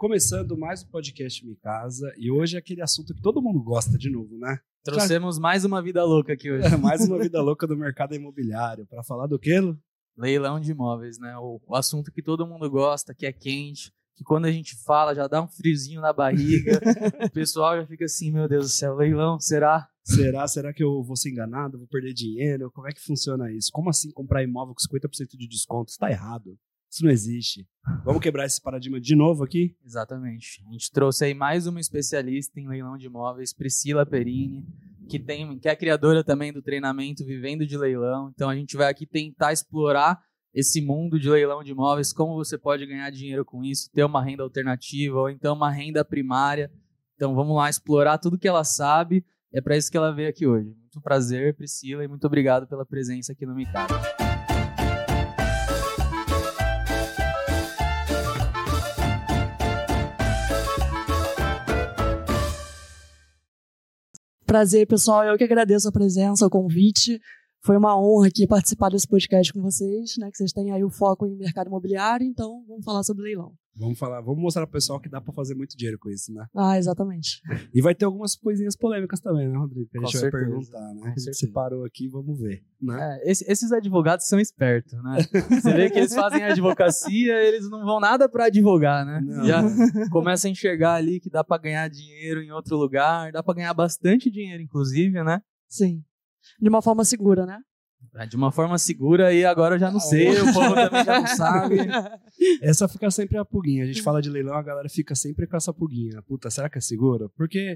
Começando mais um podcast Minha Casa, e hoje é aquele assunto que todo mundo gosta de novo, né? Trouxemos mais uma vida louca aqui hoje. Mais uma vida louca do mercado imobiliário. Para falar do quê, Lu? Leilão de imóveis, né? O assunto que todo mundo gosta, que é quente, que quando a gente fala já dá um friozinho na barriga. O pessoal já fica assim, meu Deus do céu, leilão, será? Será que eu vou ser enganado? Vou perder dinheiro? Como é que funciona isso? Como assim comprar imóvel com 50% de desconto? Isso tá errado. Isso não existe. Vamos quebrar esse paradigma de novo aqui? Exatamente. A gente trouxe aí mais uma especialista em leilão de imóveis, Priscila Perini, que é a criadora também do treinamento Vivendo de Leilão. Então a gente vai aqui tentar explorar esse mundo de leilão de imóveis, como você pode ganhar dinheiro com isso, ter uma renda alternativa ou então uma renda primária. Então vamos lá explorar tudo que ela sabe. É para isso que ela veio aqui hoje. Muito prazer, Priscila, e muito obrigado pela presença aqui no Minha Casa. Prazer, pessoal. Eu que agradeço a presença, o convite. Foi uma honra aqui participar desse podcast com vocês, né? Que vocês têm aí o foco em mercado imobiliário, então vamos falar sobre leilão. Vamos mostrar pro pessoal que dá para fazer muito dinheiro com isso, né? Ah, exatamente. E vai ter algumas coisinhas polêmicas também, né, Rodrigo? Que a gente vai certeza. Perguntar, né? A gente separou aqui, vamos ver, né? Esses advogados são espertos, né? Você vê que eles fazem advocacia, eles não vão nada para advogar, né? Não. Já começa a enxergar ali que dá para ganhar dinheiro em outro lugar, dá para ganhar bastante dinheiro, inclusive, né? Sim. De uma forma segura, né? De uma forma segura, e agora eu já não sei, o povo também já não sabe. Essa fica sempre a pulguinha. A gente fala de leilão, a galera fica sempre com essa pulguinha. Puta, será que é seguro? Porque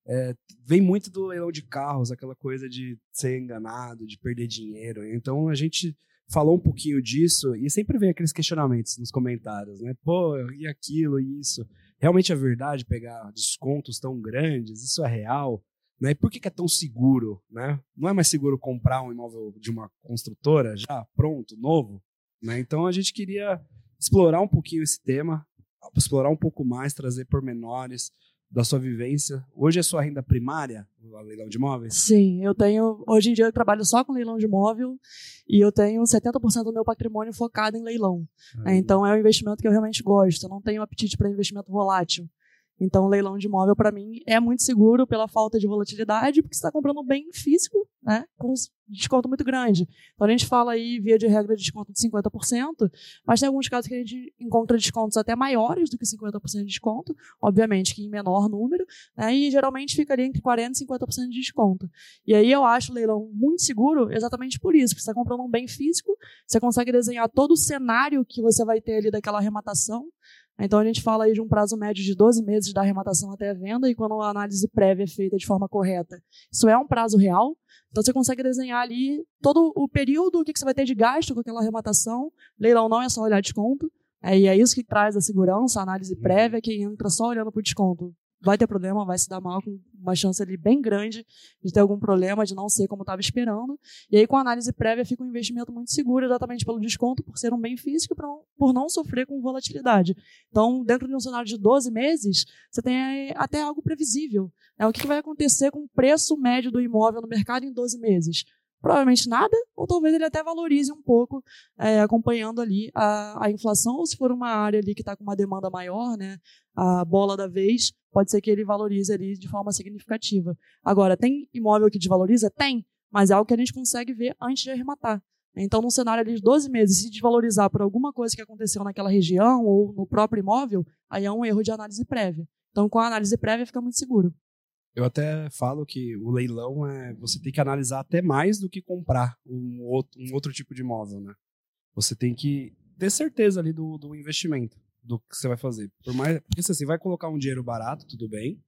vem muito do leilão de carros, aquela coisa de ser enganado, de perder dinheiro. Então a gente falou um pouquinho disso e sempre vem aqueles questionamentos nos comentários, né? Pô, e aquilo, e isso. Realmente é verdade pegar descontos tão grandes? Isso é real? Né? E por que é tão seguro? Né? Não é mais seguro comprar um imóvel de uma construtora já pronto, novo? Né? Então a gente queria explorar um pouquinho esse tema, explorar um pouco mais, trazer pormenores da sua vivência. Hoje é sua renda primária, o leilão de imóveis? Sim, hoje em dia eu trabalho só com leilão de imóvel e eu tenho 70% do meu patrimônio focado em leilão. Então é um investimento que eu realmente gosto, eu não tenho apetite para investimento volátil. Então, o leilão de imóvel, para mim, é muito seguro pela falta de volatilidade, porque você está comprando um bem físico, né, com um desconto muito grande. Então, a gente fala aí, via de regra, de desconto de 50%, mas tem alguns casos que a gente encontra descontos até maiores do que 50% de desconto, obviamente que em menor número, né, e geralmente fica ali entre 40% e 50% de desconto. E aí eu acho o leilão muito seguro exatamente por isso, porque você está comprando um bem físico, você consegue desenhar todo o cenário que você vai ter ali daquela arrematação. Então, a gente fala aí de um prazo médio de 12 meses da arrematação até a venda, e quando a análise prévia é feita de forma correta, isso é um prazo real. Então, você consegue desenhar ali todo o período, o que você vai ter de gasto com aquela arrematação. Leilão não é só olhar desconto, e é isso que traz a segurança, a análise prévia. Quem entra só olhando para o desconto vai ter problema, vai se dar mal, com uma chance ali bem grande de ter algum problema, de não ser como estava esperando. E aí, com a análise prévia, fica um investimento muito seguro, exatamente pelo desconto, por ser um bem físico, por não sofrer com volatilidade. Então, dentro de um cenário de 12 meses, você tem até algo previsível. O que vai acontecer com o preço médio do imóvel no mercado em 12 meses? Provavelmente nada, ou talvez ele até valorize um pouco, acompanhando ali a inflação, ou se for uma área ali que está com uma demanda maior, né, a bola da vez, pode ser que ele valorize ali de forma significativa. Agora, tem imóvel que desvaloriza? Tem, mas é algo que a gente consegue ver antes de arrematar. Então, num cenário ali de 12 meses, se desvalorizar por alguma coisa que aconteceu naquela região ou no próprio imóvel, aí é um erro de análise prévia. Então, com a análise prévia, fica muito seguro. Eu até falo que o leilão você tem que analisar até mais do que comprar um outro tipo de imóvel, né? Você tem que ter certeza ali do investimento, do que você vai fazer. Porque assim, vai colocar um dinheiro barato, tudo bem,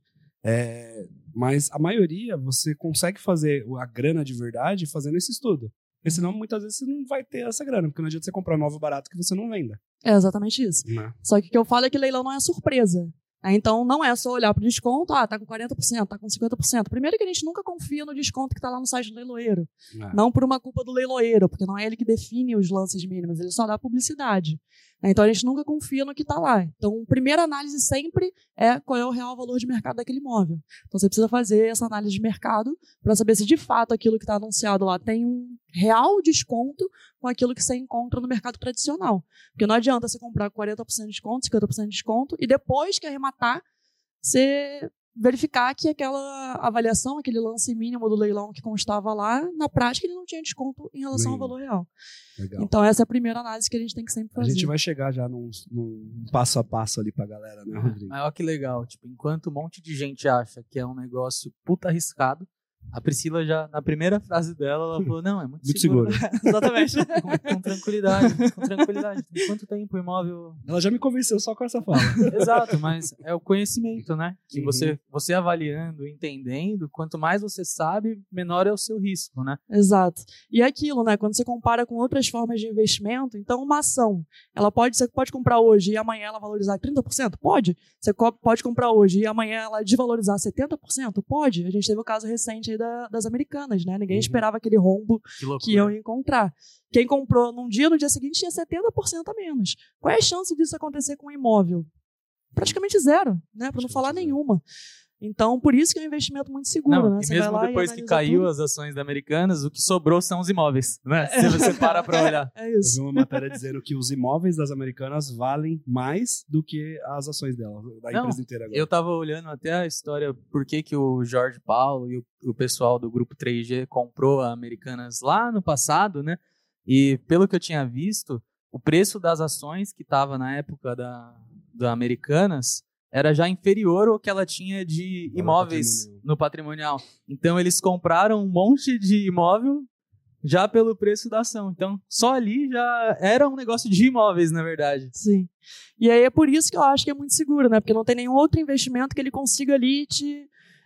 mas a maioria você consegue fazer a grana de verdade fazendo esse estudo. Porque senão, muitas vezes, você não vai ter essa grana, porque não adianta você comprar um imóvel barato que você não venda. É exatamente isso. Né? Só que o que eu falo é que leilão não é surpresa. Então, não é só olhar para o desconto, tá com 40%, tá com 50%. Primeiro que a gente nunca confia no desconto que está lá no site do leiloeiro. Não por uma culpa do leiloeiro, porque não é ele que define os lances mínimos, ele só dá publicidade. Então, a gente nunca confia no que está lá. Então, a primeira análise sempre é qual é o real valor de mercado daquele imóvel. Então, você precisa fazer essa análise de mercado para saber se, de fato, aquilo que está anunciado lá tem um real desconto com aquilo que você encontra no mercado tradicional. Porque não adianta você comprar 40% de desconto, 50% de desconto, e depois que arrematar, você verificar que aquela avaliação, aquele lance mínimo do leilão que constava lá, na prática ele não tinha desconto em relação ao valor real. Legal. Então essa é a primeira análise que a gente tem que sempre fazer. A gente vai chegar já num passo a passo ali pra galera, né, Rodrigo? Mas olha que legal, tipo, enquanto um monte de gente acha que é um negócio puta arriscado, a Priscila já, na primeira frase dela, ela falou, não, é muito seguro. Exatamente. Com tranquilidade, com tranquilidade. Tem quanto tempo o imóvel... Ela já me convenceu só com essa fala. Exato, mas é o conhecimento, né? Que você avaliando, entendendo, quanto mais você sabe, menor é o seu risco, né? Exato. E é aquilo, né? Quando você compara com outras formas de investimento, então uma ação, você pode comprar hoje e amanhã ela valorizar 30%? Pode. Você pode comprar hoje e amanhã ela desvalorizar 70%? Pode. A gente teve o caso recente aí das Americanas, né? Ninguém esperava aquele rombo que iam encontrar. Quem comprou num dia, no dia seguinte tinha 70% a menos. Qual é a chance disso acontecer com um imóvel? Praticamente zero, né? Para não falar nenhuma. Então, por isso que é um investimento muito seguro, né? E mesmo depois que caiu as ações da Americanas, o que sobrou são os imóveis, né? Se você para pra olhar. É isso. Eu vi uma matéria dizendo que os imóveis das Americanas valem mais do que as ações dela, da empresa inteira agora. Eu tava olhando até a história, por que o Jorge Paulo e o pessoal do grupo 3G comprou a Americanas lá no passado, né? E pelo que eu tinha visto, o preço das ações que tava na época da Americanas era já inferior ao que ela tinha de imóveis no patrimonial. Então, eles compraram um monte de imóvel já pelo preço da ação. Então, só ali já era um negócio de imóveis, na verdade. Sim. E aí é por isso que eu acho que é muito seguro, né? Porque não tem nenhum outro investimento que ele consiga ali te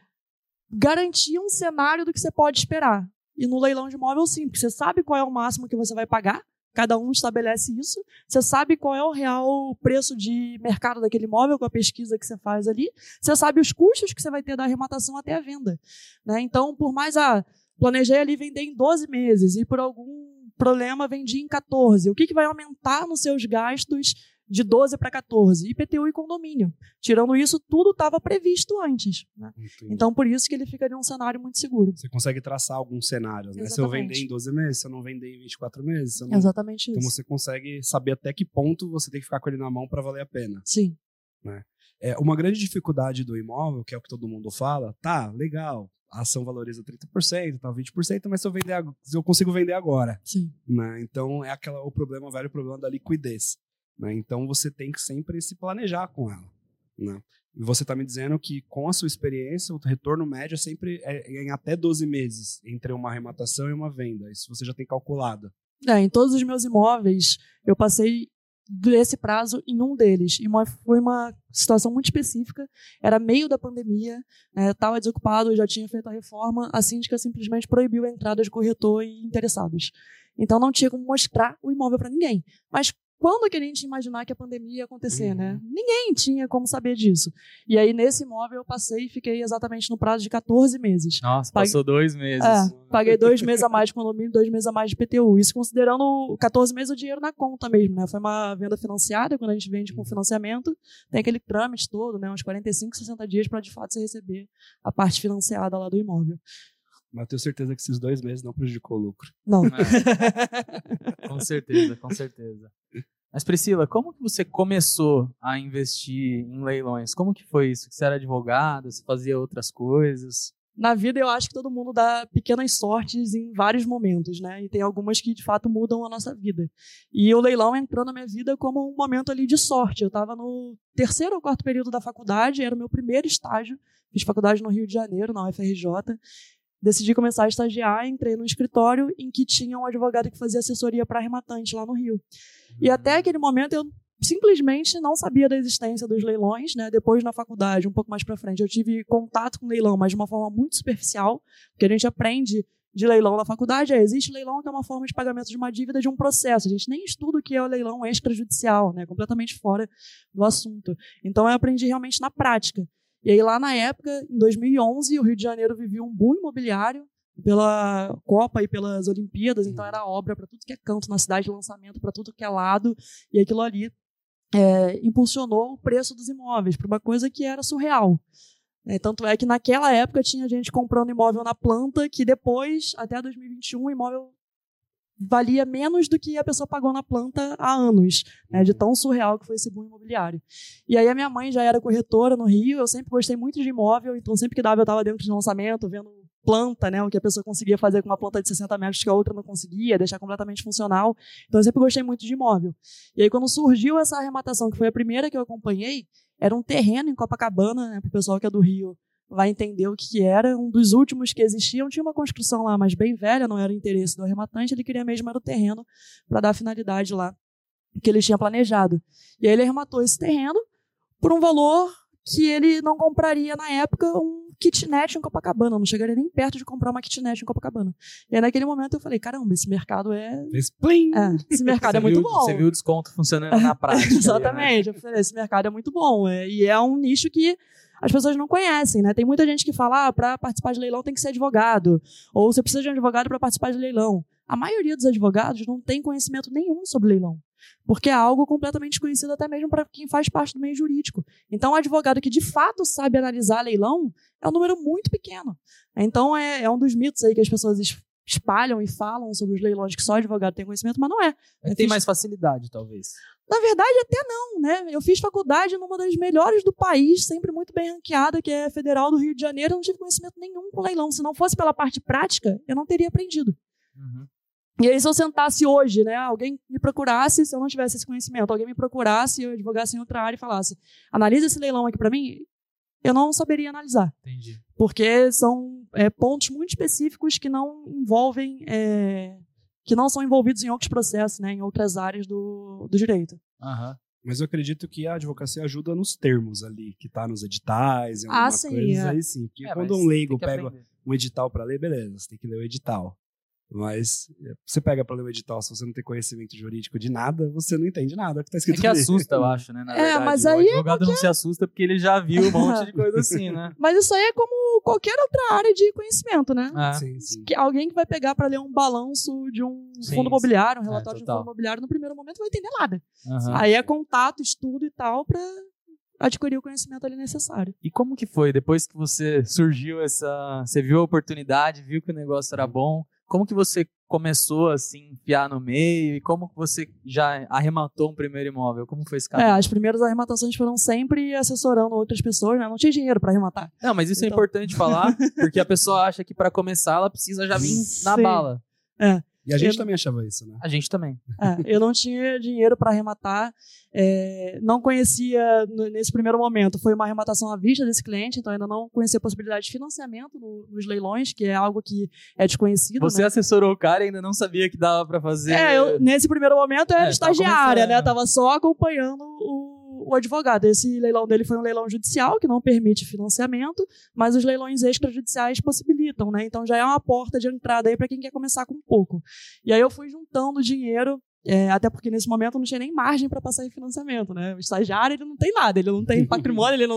garantir um cenário do que você pode esperar. E no leilão de imóvel, sim, porque você sabe qual é o máximo que você vai pagar. Cada um estabelece isso. Você sabe qual é o real preço de mercado daquele imóvel com a pesquisa que você faz ali. Você sabe os custos que você vai ter da arrematação até a venda, né? Então, por mais, planejei ali vender em 12 meses e por algum problema vendi em 14. O que vai aumentar nos seus gastos de 12 para 14? IPTU e condomínio. Tirando isso, tudo estava previsto antes, né? Então, por isso que ele fica em um cenário muito seguro. Você consegue traçar alguns cenários, né? Exatamente. Se eu vender em 12 meses, se eu não vender em 24 meses. Se eu não... Exatamente isso. Então, você consegue saber até que ponto você tem que ficar com ele na mão para valer a pena. Sim. Né? Uma grande dificuldade do imóvel, que é o que todo mundo fala, tá, legal, a ação valoriza 30%, tá, 20%, mas se eu consigo vender agora. Sim. Né? Então, é o velho problema da liquidez. Né? Então, você tem que sempre se planejar com ela. Né? E você está me dizendo que, com a sua experiência, o retorno médio sempre é em até 12 meses entre uma arrematação e uma venda. Isso você já tem calculado. Em todos os meus imóveis, eu passei desse prazo em um deles. E foi uma situação muito específica. Era meio da pandemia, estava desocupado, já tinha feito a reforma. A síndica simplesmente proibiu a entrada de corretor e interessados. Então, não tinha como mostrar o imóvel para ninguém. Mas quando que a gente ia imaginar que a pandemia ia acontecer, né? Ninguém tinha como saber disso. E aí, nesse imóvel, eu passei e fiquei exatamente no prazo de 14 meses. Nossa, passou 2 meses. Paguei 2 meses a mais de condomínio, 2 meses a mais de IPTU. Isso considerando 14 meses o dinheiro na conta mesmo, né? Foi uma venda financiada, quando a gente vende com financiamento, tem aquele trâmite todo, né? Uns 45, 60 dias para, de fato, você receber a parte financiada lá do imóvel. Mas eu tenho certeza que esses 2 meses não prejudicou o lucro. Não. Com certeza, com certeza. Mas, Priscila, como que você começou a investir em leilões? Como que foi isso? Você era advogada, você fazia outras coisas? Na vida, eu acho que todo mundo dá pequenas sortes em vários momentos, né? E tem algumas que, de fato, mudam a nossa vida. E o leilão entrou na minha vida como um momento ali de sorte. Eu estava no 3º ou 4º período da faculdade, era o meu primeiro estágio. Fiz faculdade no Rio de Janeiro, na UFRJ. Decidi começar a estagiar, entrei num escritório em que tinha um advogado que fazia assessoria para arrematante lá no Rio. E até aquele momento eu simplesmente não sabia da existência dos leilões, né? Depois, na faculdade, um pouco mais para frente, eu tive contato com leilão, mas de uma forma muito superficial, porque a gente aprende de leilão na faculdade. Existe leilão que é uma forma de pagamento de uma dívida de um processo. A gente nem estuda o que é o leilão extrajudicial, né? Completamente fora do assunto. Então, eu aprendi realmente na prática. E aí, lá na época, em 2011, o Rio de Janeiro vivia um boom imobiliário pela Copa e pelas Olimpíadas, então era obra para tudo que é canto na cidade, lançamento para tudo que é lado, e aquilo ali impulsionou o preço dos imóveis para uma coisa que era surreal. Tanto é que naquela época tinha gente comprando imóvel na planta que depois, até 2021, o imóvel valia menos do que a pessoa pagou na planta há anos, de tão surreal que foi esse boom imobiliário. E aí a minha mãe já era corretora no Rio, eu sempre gostei muito de imóvel, então sempre que dava eu estava dentro de lançamento, vendo planta, o que a pessoa conseguia fazer com uma planta de 60 metros que a outra não conseguia, deixar completamente funcional. Então eu sempre gostei muito de imóvel. E aí quando surgiu essa arrematação, que foi a primeira que eu acompanhei, era um terreno em Copacabana, para o pessoal que é do Rio vai entender o que era, um dos últimos que existiam, tinha uma construção lá, mas bem velha, não era interesse do arrematante, ele queria mesmo era o terreno para dar finalidade lá que ele tinha planejado. E aí ele arrematou esse terreno por um valor que ele não compraria na época um kitnet em Copacabana, não chegaria nem perto de comprar uma kitnet em Copacabana. E aí naquele momento eu falei, caramba, esse mercado esse mercado é muito bom. Você viu o desconto funcionando na prática. Exatamente, eu falei, esse mercado é muito bom, e é um nicho que as pessoas não conhecem, Tem muita gente que fala, para participar de leilão tem que ser advogado, ou você precisa de um advogado para participar de leilão. A maioria dos advogados não tem conhecimento nenhum sobre leilão, porque é algo completamente desconhecido até mesmo para quem faz parte do meio jurídico. Então, o advogado que de fato sabe analisar leilão é um número muito pequeno. Então, é um dos mitos aí que as pessoas espalham e falam sobre os leilões que só advogado tem conhecimento, mas não é. Tem mais facilidade, talvez. Na verdade, até não, Eu fiz faculdade numa das melhores do país, sempre muito bem ranqueada, que é a Federal do Rio de Janeiro. Eu não tive conhecimento nenhum com leilão. Se não fosse pela parte prática, eu não teria aprendido. Uhum. E aí, se eu sentasse hoje, alguém me procurasse, se eu não tivesse esse conhecimento, alguém me procurasse, eu advogasse em outra área e falasse, analisa esse leilão aqui para mim, eu não saberia analisar. Entendi. Porque são pontos muito específicos que não envolvem... que não são envolvidos em outros processos, em outras áreas do direito. Uhum. Mas eu acredito que a advocacia ajuda nos termos ali, que tá nos editais, em algumas coisas aí sim. Porque quando um leigo pega um edital para ler, beleza, você tem que ler o edital. Mas você pega para ler o edital, se você não tem conhecimento jurídico de nada, você não entende nada que tá escrito ali. É que assusta, eu acho, Na verdade, mas aí o advogado não se assusta porque ele já viu um monte de coisa assim, Mas isso aí é como qualquer outra área de conhecimento, Sim. Que alguém que vai pegar para ler um balanço de um fundo imobiliário, um relatório de um fundo imobiliário, no primeiro momento não vai entender nada. Uhum. Aí é contato, estudo e tal, para adquirir o conhecimento ali necessário. E como que foi? Depois que você surgiu você viu a oportunidade, viu que o negócio era bom, como que você começou a se enfiar no meio e como que você já arrematou um primeiro imóvel? Como foi esse caminho? As primeiras arrematações foram sempre assessorando outras pessoas, Não tinha dinheiro para arrematar. Não, mas isso é importante falar, porque a pessoa acha que para começar ela precisa já vir na bala. E a gente também achava isso, A gente também. Eu não tinha dinheiro para arrematar, não conhecia nesse primeiro momento, foi uma arrematação à vista desse cliente, então ainda não conhecia a possibilidade de financiamento nos leilões, que é algo que é desconhecido. Você assessorou o cara e ainda não sabia que dava para fazer... Nesse primeiro momento eu era estagiária, Tava só acompanhando o advogado. Esse leilão dele foi um leilão judicial, que não permite financiamento, mas os leilões extrajudiciais possibilitam, Então já é uma porta de entrada aí para quem quer começar com pouco. E aí eu fui juntando dinheiro, até porque nesse momento não tinha nem margem para passar em financiamento, O estagiário, ele não tem nada, ele não tem patrimônio, ele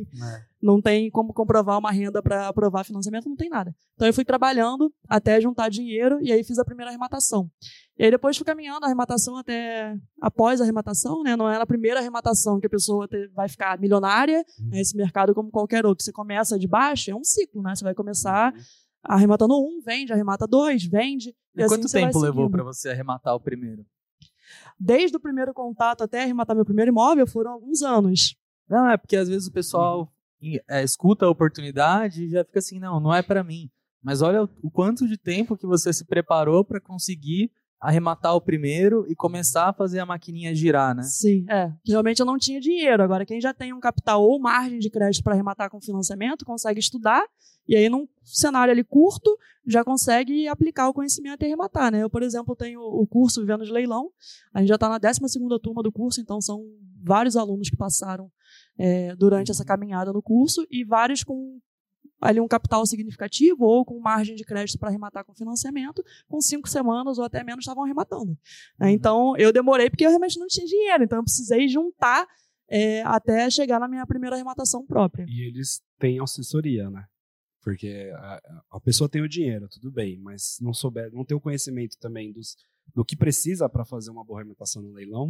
não tem como comprovar uma renda para aprovar financiamento, não tem nada. Então eu fui trabalhando até juntar dinheiro e aí fiz a primeira arrematação. E aí depois fui caminhando a arrematação até após a arrematação, Não é na primeira arrematação que a pessoa vai ficar milionária, esse mercado como qualquer outro. Você começa de baixo, é um ciclo, Você vai começar arrematando vende, arremata 2, vende. E quanto tempo levou para você arrematar o primeiro? Desde o primeiro contato até arrematar meu primeiro imóvel foram alguns anos. Não, é porque às vezes o pessoal escuta a oportunidade e já fica assim, não é para mim. Mas olha o quanto de tempo que você se preparou para conseguir arrematar o primeiro e começar a fazer a maquininha girar, Sim, Realmente eu não tinha dinheiro. Agora, quem já tem um capital ou margem de crédito para arrematar com financiamento, consegue estudar e aí num cenário ali curto, já consegue aplicar o conhecimento e arrematar, Eu, por exemplo, tenho o curso Vivendo de Leilão. A gente já está na 12ª turma do curso, então são vários alunos que passaram durante essa caminhada no curso e vários com ali um capital significativo ou com margem de crédito para arrematar com financiamento, com 5 semanas ou até menos estavam arrematando. Então, eu demorei porque eu realmente não tinha dinheiro, então eu precisei juntar até chegar na minha primeira arrematação própria. E eles têm assessoria, Porque a pessoa tem o dinheiro, tudo bem, mas não tem o conhecimento também do que precisa para fazer uma boa arrematação no leilão,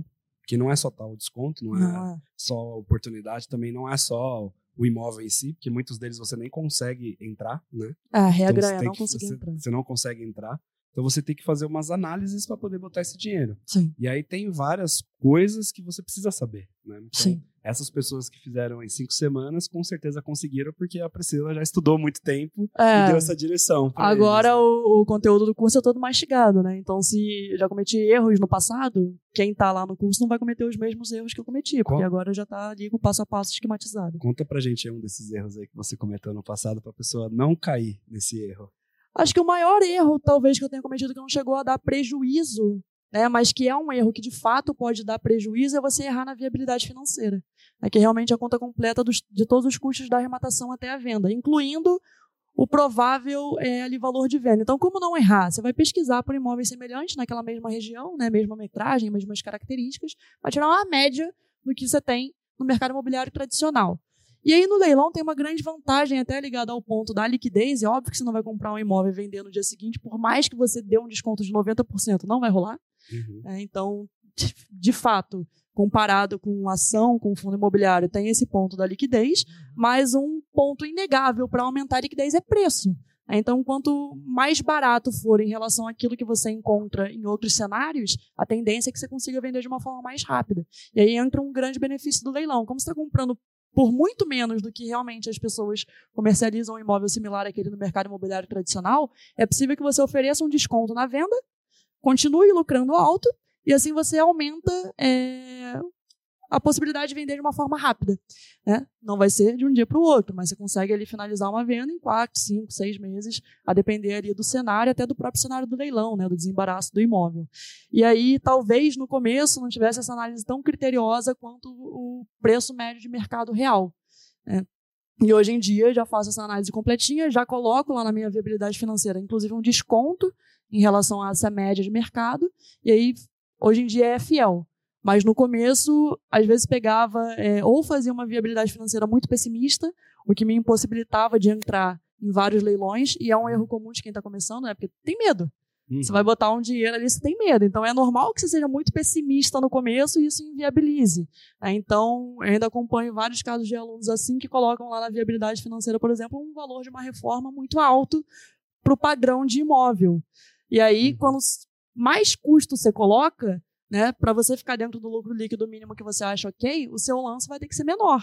Porque não é só tal desconto, não é só oportunidade, também não é só o imóvel em si, porque muitos deles você nem consegue entrar, né? A regra então, é não conseguir entrar. Você não consegue entrar. Então você tem que fazer umas análises para poder botar esse dinheiro. Sim. E aí tem várias coisas que você precisa saber, né? Então, Sim. essas pessoas que fizeram em 5 semanas, com certeza conseguiram, porque a Priscila já estudou muito tempo e deu essa direção pra agora eles, né? o conteúdo do curso é todo mastigado, né? Então, se já cometi erros no passado, quem tá lá no curso não vai cometer os mesmos erros que eu cometi, porque agora já tá ali com o passo a passo esquematizado. Conta pra gente aí um desses erros aí que você cometeu no passado, pra pessoa não cair nesse erro. Acho que o maior erro, talvez, que eu tenha cometido, que não chegou a dar prejuízo, né, mas que é um erro que de fato pode dar prejuízo, é você errar na viabilidade financeira. É que realmente a conta completa de todos os custos da arrematação até a venda, incluindo o provável ali, valor de venda. Então, como não errar? Você vai pesquisar por imóveis semelhantes naquela mesma região, né, mesma metragem, mesmas características, para tirar uma média do que você tem no mercado imobiliário tradicional. E aí no leilão tem uma grande vantagem até ligada ao ponto da liquidez. É óbvio que você não vai comprar um imóvel e vender no dia seguinte, por mais que você dê um desconto de 90%, não vai rolar. Então, de fato, comparado com ação, com fundo imobiliário, tem esse ponto da liquidez, mas um ponto inegável para aumentar a liquidez é preço. Então, quanto mais barato for em relação àquilo que você encontra em outros cenários, a tendência é que você consiga vender de uma forma mais rápida. E aí entra um grande benefício do leilão. Como você está comprando por muito menos do que realmente as pessoas comercializam um imóvel similar àquele no mercado imobiliário tradicional, é possível que você ofereça um desconto na venda, continue lucrando alto, e assim você aumenta a possibilidade de vender de uma forma rápida. Né? Não vai ser de um dia para o outro, mas você consegue ali finalizar uma venda em 4, 5, 6 meses, a depender ali do cenário, até do próprio cenário do leilão, né? Do desembaraço do imóvel. E aí, talvez, no começo, não tivesse essa análise tão criteriosa quanto o preço médio de mercado real. Né? E hoje em dia, já faço essa análise completinha, já coloco lá na minha viabilidade financeira, inclusive um desconto em relação a essa média de mercado, e aí, hoje em dia, é fiel. Mas no começo, às vezes pegava ou fazia uma viabilidade financeira muito pessimista, o que me impossibilitava de entrar em vários leilões, e é um erro comum de quem está começando, né? Porque tem medo. Você vai botar um dinheiro ali, você tem medo. Então é normal que você seja muito pessimista no começo e isso inviabilize. Então, eu ainda acompanho vários casos de alunos assim que colocam lá na viabilidade financeira, por exemplo, um valor de uma reforma muito alto para o padrão de imóvel. E aí, quando mais custo você coloca, né, para você ficar dentro do lucro líquido mínimo que você acha ok, o seu lance vai ter que ser menor.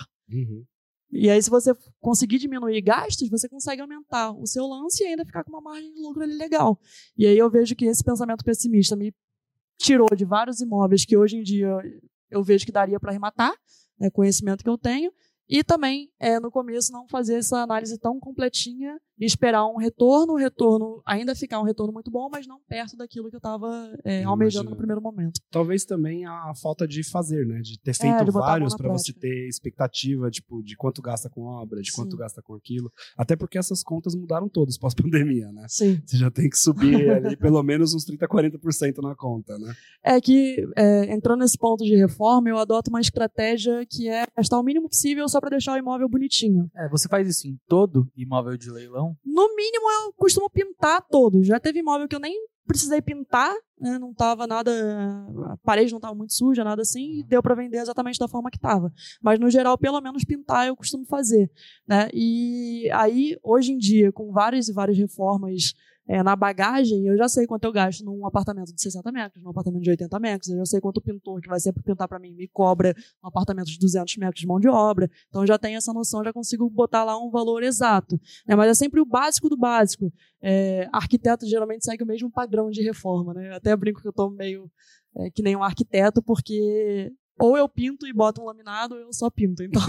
E aí, se você conseguir diminuir gastos, você consegue aumentar o seu lance e ainda ficar com uma margem de lucro ali legal. E aí eu vejo que esse pensamento pessimista me tirou de vários imóveis que hoje em dia eu vejo que daria para arrematar, né, conhecimento que eu tenho, e também, no começo, não fazer essa análise tão completinha e esperar o retorno ainda ficar um retorno muito bom, mas não perto daquilo que eu estava almejando no primeiro momento. Talvez também a falta de fazer, né? De ter feito vários para você ter expectativa, tipo, de quanto gasta com obra, de quanto gasta com aquilo. Até porque essas contas mudaram todas pós-pandemia, né? Sim. Você já tem que subir ali pelo menos uns 30%, 40% na conta, né? É que, entrando nesse ponto de reforma, eu adoto uma estratégia que é gastar o mínimo possível só para deixar o imóvel bonitinho. Você faz isso em todo imóvel de leilão? No mínimo, eu costumo pintar todos. Já teve imóvel que eu nem precisei pintar, né? Não tava nada, a parede não estava muito suja, nada assim, e deu para vender exatamente da forma que estava. Mas, no geral, pelo menos pintar eu costumo fazer. Né? E aí, hoje em dia, com várias e várias reformas na bagagem, eu já sei quanto eu gasto num apartamento de 60 metros, num apartamento de 80 metros, eu já sei quanto o pintor que vai sempre pintar para mim me cobra um apartamento de 200 metros de mão de obra, então eu já tenho essa noção, já consigo botar lá um valor exato. Né? Mas é sempre o básico do básico. Arquiteto geralmente segue o mesmo padrão de reforma. Né? Eu até brinco que eu estou meio que nem um arquiteto, porque ou eu pinto e boto um laminado, ou eu só pinto. Então,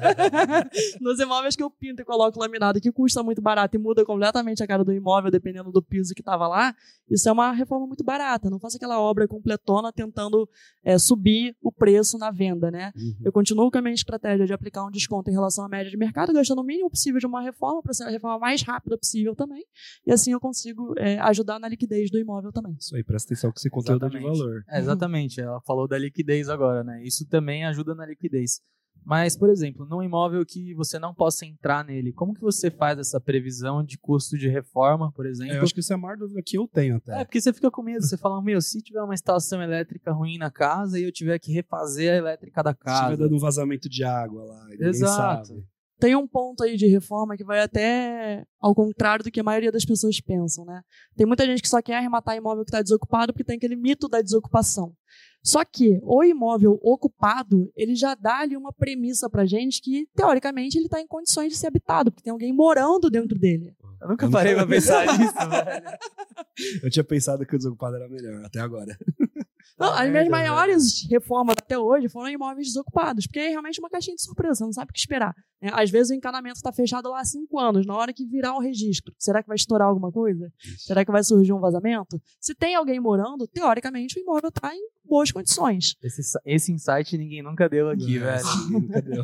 nos imóveis que eu pinto e coloco laminado, que custa muito barato e muda completamente a cara do imóvel, dependendo do piso que estava lá, isso é uma reforma muito barata. Não faço aquela obra completona tentando subir o preço na venda. Né? Eu continuo com a minha estratégia de aplicar um desconto em relação à média de mercado, gastando o mínimo possível de uma reforma, para ser a reforma mais rápida possível também. E assim eu consigo ajudar na liquidez do imóvel também. Isso aí, presta atenção com esse conteúdo de valor. Exatamente, ela falou da liquidez agora, né? Isso também ajuda na liquidez. Mas, por exemplo, num imóvel que você não possa entrar nele, como que você faz essa previsão de custo de reforma, por exemplo? Eu acho que isso é a maior dúvida que eu tenho até. Porque você fica com medo, você fala, se tiver uma instalação elétrica ruim na casa e eu tiver que refazer a elétrica da casa. Se estiver dando um vazamento de água lá, ninguém sabe. Tem um ponto aí de reforma que vai até ao contrário do que a maioria das pessoas pensam, né? Tem muita gente que só quer arrematar imóvel que está desocupado porque tem aquele mito da desocupação. Só que o imóvel ocupado, ele já dá ali uma premissa pra gente que, teoricamente, ele está em condições de ser habitado, porque tem alguém morando dentro dele. Eu nunca parei pra pensar nisso, velho. Eu tinha pensado que o desocupado era melhor, até agora. Não, as minhas maiores reformas até hoje foram em imóveis desocupados, porque é realmente uma caixinha de surpresa, você não sabe o que esperar. Às vezes o encanamento está fechado lá há 5 anos, na hora que virar o registro. Será que vai estourar alguma coisa? Será que vai surgir um vazamento? Se tem alguém morando, teoricamente o imóvel está em boas condições. Esse insight ninguém nunca deu aqui, velho. Nunca deu.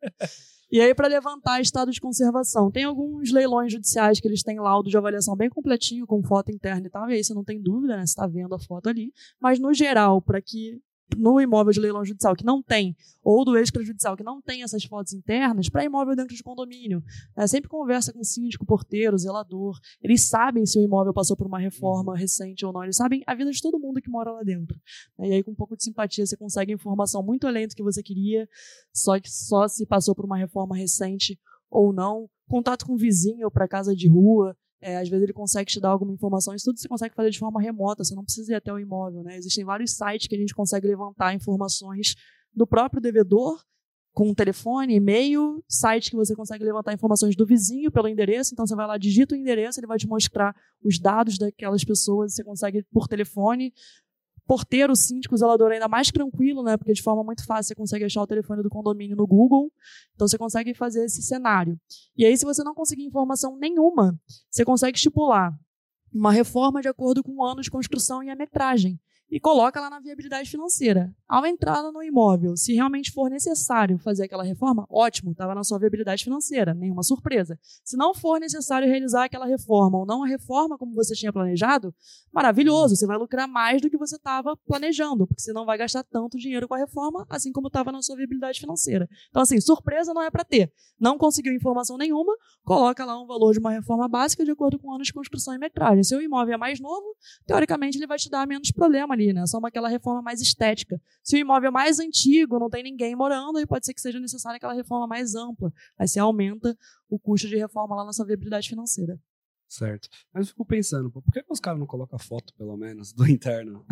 E aí, para levantar estado de conservação, tem alguns leilões judiciais que eles têm laudo de avaliação bem completinho, com foto interna e tal, e aí você não tem dúvida, né? Você está vendo a foto ali. Mas, no geral, para que no imóvel de leilão judicial que não tem, ou do extrajudicial que não tem essas fotos internas, para imóvel dentro de condomínio, sempre conversa com síndico, porteiro, zelador. Eles sabem se o imóvel passou por uma reforma recente ou não. Eles sabem a vida de todo mundo que mora lá dentro. E aí, com um pouco de simpatia, você consegue informação muito além do que você queria, só que só se passou por uma reforma recente ou não. Contato com o vizinho para casa de rua. Às vezes ele consegue te dar alguma informação. Isso tudo você consegue fazer de forma remota, você não precisa ir até o imóvel, né? Existem vários sites que a gente consegue levantar informações do próprio devedor, com telefone, e-mail, site que você consegue levantar informações do vizinho pelo endereço. Então você vai lá, digita o endereço, ele vai te mostrar os dados daquelas pessoas, você consegue por telefone. Porteiro, síndico, zelador ainda mais tranquilo, né? Porque de forma muito fácil você consegue achar o telefone do condomínio no Google. Então você consegue fazer esse cenário. E aí, se você não conseguir informação nenhuma, você consegue estipular uma reforma de acordo com o ano de construção e a metragem. E coloca lá na viabilidade financeira. Ao entrar no imóvel, se realmente for necessário fazer aquela reforma, ótimo, estava na sua viabilidade financeira, nenhuma surpresa. Se não for necessário realizar aquela reforma ou não a reforma como você tinha planejado, maravilhoso, você vai lucrar mais do que você estava planejando, porque você não vai gastar tanto dinheiro com a reforma, assim como estava na sua viabilidade financeira. Então, assim, surpresa não é para ter. Não conseguiu informação nenhuma, coloca lá um valor de uma reforma básica de acordo com o ano de construção e metragem. Se o imóvel é mais novo, teoricamente ele vai te dar menos problema ali, né? Só aquela reforma mais estética. Se o imóvel é mais antigo, não tem ninguém morando, aí pode ser que seja necessária aquela reforma mais ampla. Aí você aumenta o custo de reforma lá na sua viabilidade financeira. Certo. Mas eu fico pensando, por que os caras não colocam foto, pelo menos, do interno?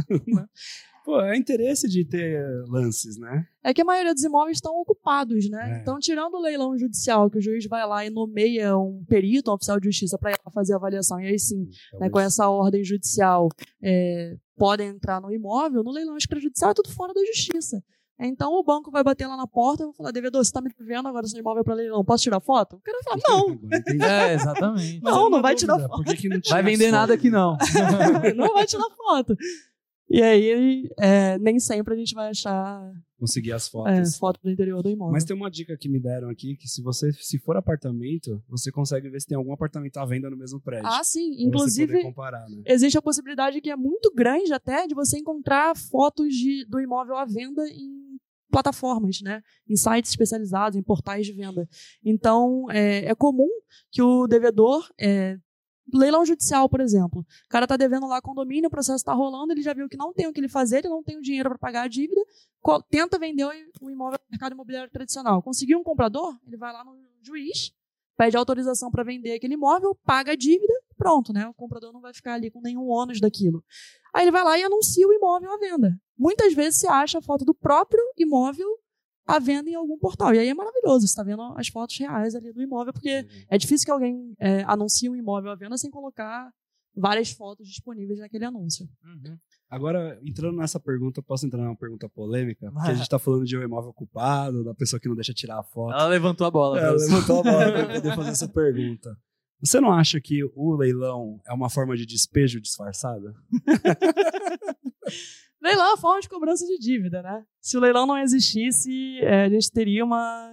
Pô, é interesse de ter lances, né? É que a maioria dos imóveis estão ocupados, né? Então, tirando o leilão judicial, que o juiz vai lá e nomeia um perito, um oficial de justiça, para fazer a avaliação, e aí sim, né, com essa ordem judicial, podem entrar no imóvel, no leilão extrajudicial é tudo fora da justiça. Então o banco vai bater lá na porta e vai falar, devedor, você está me devendo agora seu imóvel para leilão, posso tirar foto? O cara vai falar, não. Exatamente. Não vai tirar foto. Por que não vai vender nada aqui não. Não vai tirar foto. E aí, nem sempre a gente vai achar... Conseguir as fotos. Foto do interior do imóvel. Mas tem uma dica que me deram aqui, que se for apartamento, você consegue ver se tem algum apartamento à venda no mesmo prédio. Ah, sim. Inclusive, comparar, né? Existe a possibilidade que é muito grande até de você encontrar fotos do imóvel à venda em plataformas, né? Em sites especializados, em portais de venda. Então, é comum que o devedor... leilão judicial, por exemplo. O cara tá devendo lá condomínio, o processo tá rolando, ele já viu que não tem o que ele fazer, ele não tem o dinheiro para pagar a dívida, tenta vender o imóvel no mercado imobiliário tradicional. Conseguiu um comprador, ele vai lá no juiz, pede autorização para vender aquele imóvel, paga a dívida, pronto, né? O comprador não vai ficar ali com nenhum ônus daquilo. Aí ele vai lá e anuncia o imóvel à venda. Muitas vezes você acha a foto do próprio imóvel à venda em algum portal. E aí é maravilhoso, você está vendo as fotos reais ali do imóvel, porque é difícil que alguém anuncie um imóvel à venda sem colocar várias fotos disponíveis naquele anúncio. Uhum. Agora, entrando nessa pergunta, posso entrar numa pergunta polêmica? Porque a gente está falando de um imóvel ocupado, da pessoa que não deixa tirar a foto. Ela levantou a bola. Ela levantou a bola para poder fazer essa pergunta. Você não acha que o leilão é uma forma de despejo disfarçada? Leilão é uma forma de cobrança de dívida, né? Se o leilão não existisse, a gente teria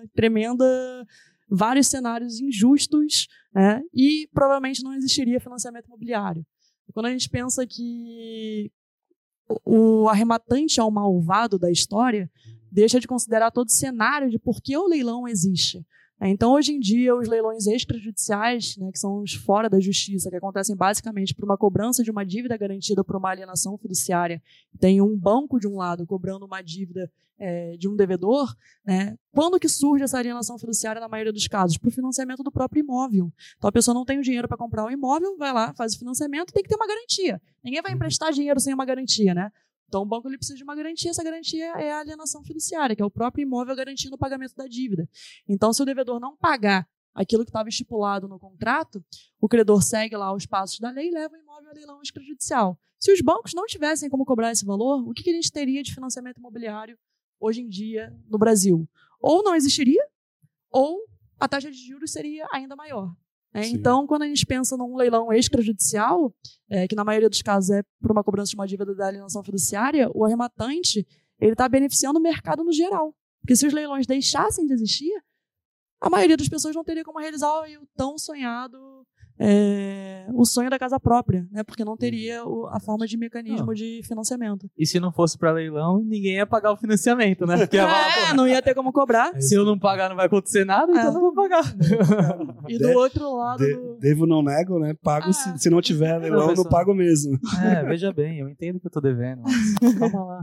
vários cenários injustos, né? E provavelmente não existiria financiamento imobiliário. Quando a gente pensa que o arrematante é o malvado da história, deixa de considerar todo o cenário de por que o leilão existe. Então, hoje em dia, os leilões extrajudiciais, né, que são os fora da justiça, que acontecem basicamente por uma cobrança de uma dívida garantida por uma alienação fiduciária, tem um banco de um lado cobrando uma dívida de um devedor, né, quando que surge essa alienação fiduciária na maioria dos casos? Para o financiamento do próprio imóvel. Então, a pessoa não tem o dinheiro para comprar o imóvel, vai lá, faz o financiamento, tem que ter uma garantia. Ninguém vai emprestar dinheiro sem uma garantia, né? Então, o banco ele precisa de uma garantia, essa garantia é a alienação fiduciária, que é o próprio imóvel garantindo o pagamento da dívida. Então, se o devedor não pagar aquilo que estava estipulado no contrato, o credor segue lá os passos da lei e leva o imóvel a leilão extrajudicial. Se os bancos não tivessem como cobrar esse valor, o que a gente teria de financiamento imobiliário hoje em dia no Brasil? Ou não existiria, ou a taxa de juros seria ainda maior. Então, quando a gente pensa num leilão extrajudicial, que na maioria dos casos é por uma cobrança de uma dívida da alienação fiduciária, o arrematante está beneficiando o mercado no geral. Porque se os leilões deixassem de existir, a maioria das pessoas não teria como realizar o tão sonhado o sonho da casa própria, né? Porque não teria a forma de mecanismo de financiamento. E se não fosse para leilão, ninguém ia pagar o financiamento, né? Porque não ia ter como cobrar. Se eu não pagar, não vai acontecer nada, então eu não vou pagar. E do outro lado... Devo, não nego, né? Pago se não tiver leilão, não pago mesmo. Veja bem, eu entendo que eu tô devendo. Mas calma lá.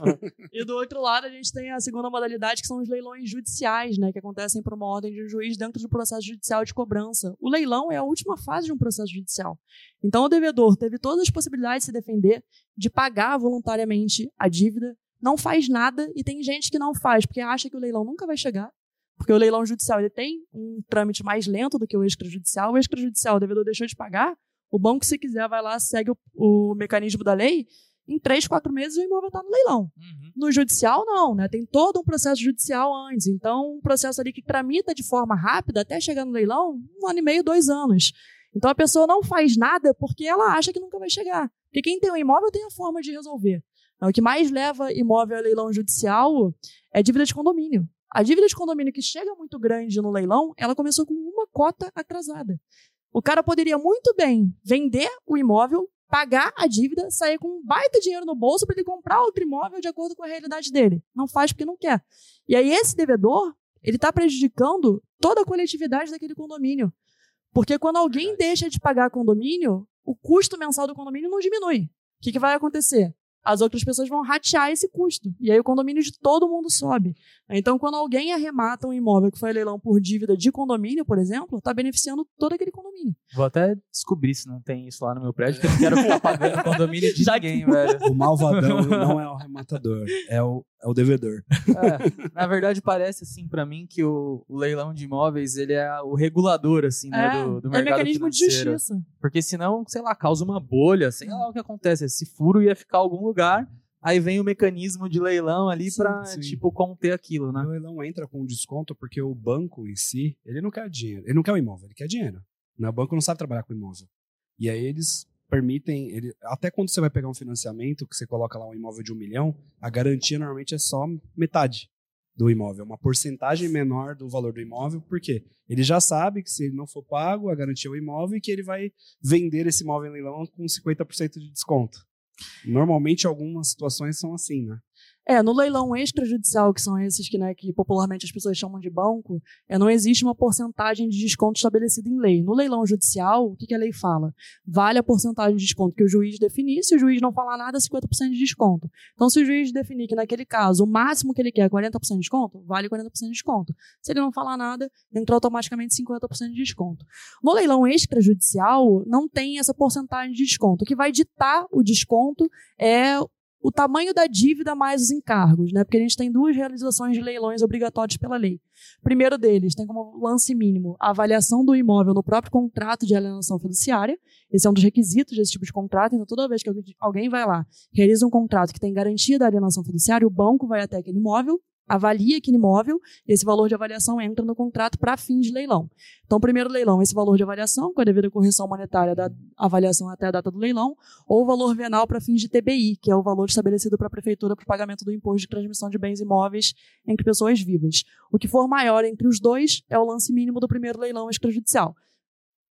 E do outro lado, a gente tem a segunda modalidade, que são os leilões judiciais, né? Que acontecem por uma ordem de um juiz dentro do processo judicial de cobrança. O leilão é a última fase de um processo judicial. Então, o devedor teve todas as possibilidades de se defender, de pagar voluntariamente a dívida, não faz nada, e tem gente que não faz, porque acha que o leilão nunca vai chegar, porque o leilão judicial ele tem um trâmite mais lento do que o extrajudicial. O extrajudicial, o devedor deixou de pagar, o banco, se quiser, vai lá, segue o mecanismo da lei, em 3, 4 meses o imóvel está no leilão. No judicial, não, né? Tem todo um processo judicial antes. Então, um processo ali que tramita de forma rápida até chegar no leilão, 1 ano e meio, 2 anos. Então, a pessoa não faz nada porque ela acha que nunca vai chegar. Porque quem tem um imóvel tem a forma de resolver. O que mais leva imóvel a leilão judicial é dívida de condomínio. A dívida de condomínio que chega muito grande no leilão, ela começou com uma cota atrasada. O cara poderia muito bem vender o imóvel, pagar a dívida, sair com um baita dinheiro no bolso para ele comprar outro imóvel de acordo com a realidade dele. Não faz porque não quer. E aí esse devedor, ele está prejudicando toda a coletividade daquele condomínio. Porque quando alguém deixa de pagar condomínio, o custo mensal do condomínio não diminui. O que vai acontecer? As outras pessoas vão ratear esse custo. E aí o condomínio de todo mundo sobe. Então, quando alguém arremata um imóvel que foi leilão por dívida de condomínio, por exemplo, está beneficiando todo aquele condomínio. Vou até descobrir se não tem isso lá no meu prédio, porque eu não quero ficar pagando condomínio de ninguém, velho. O malvadão não é o arrematador, é o devedor. Na verdade, parece, assim, pra mim, que o leilão de imóveis, ele é o regulador, assim, né, do mercado mecanismo financeiro. De justiça. Porque senão, sei lá, causa uma bolha, sei lá o que acontece. Esse furo ia ficar em algum lugar, aí vem o mecanismo de leilão ali pra, tipo, conter aquilo, né? O leilão entra com desconto porque o banco em si, ele não quer dinheiro, ele não quer o imóvel, ele quer dinheiro. O banco não sabe trabalhar com imóvel. E aí eles permitem, até quando você vai pegar um financiamento, que você coloca lá um imóvel de 1 milhão, a garantia normalmente é só metade do imóvel, uma porcentagem menor do valor do imóvel, porque ele já sabe que se ele não for pago, a garantia é o imóvel e que ele vai vender esse imóvel em leilão com 50% de desconto. Normalmente algumas situações são assim, né? No leilão extrajudicial, que são esses que popularmente as pessoas chamam de banco, não existe uma porcentagem de desconto estabelecida em lei. No leilão judicial, o que a lei fala? Vale a porcentagem de desconto que o juiz definir, se o juiz não falar nada, 50% de desconto. Então, se o juiz definir que naquele caso o máximo que ele quer é 40% de desconto, vale 40% de desconto. Se ele não falar nada, entra automaticamente 50% de desconto. No leilão extrajudicial, não tem essa porcentagem de desconto. O que vai ditar o desconto é o tamanho da dívida mais os encargos, né? Porque a gente tem 2 realizações de leilões obrigatórios pela lei. Primeiro deles tem como lance mínimo a avaliação do imóvel no próprio contrato de alienação fiduciária. Esse é um dos requisitos desse tipo de contrato. Então, toda vez que alguém vai lá, realiza um contrato que tem garantia da alienação fiduciária, o banco vai até aquele imóvel, avalia aquele imóvel, e esse valor de avaliação entra no contrato para fins de leilão. Então, primeiro leilão, esse valor de avaliação, com a devida correção monetária da avaliação até a data do leilão, ou o valor venal para fins de TBI, que é o valor estabelecido para a prefeitura para o pagamento do imposto de transmissão de bens imóveis entre pessoas vivas. O que for maior entre os dois é o lance mínimo do primeiro leilão extrajudicial.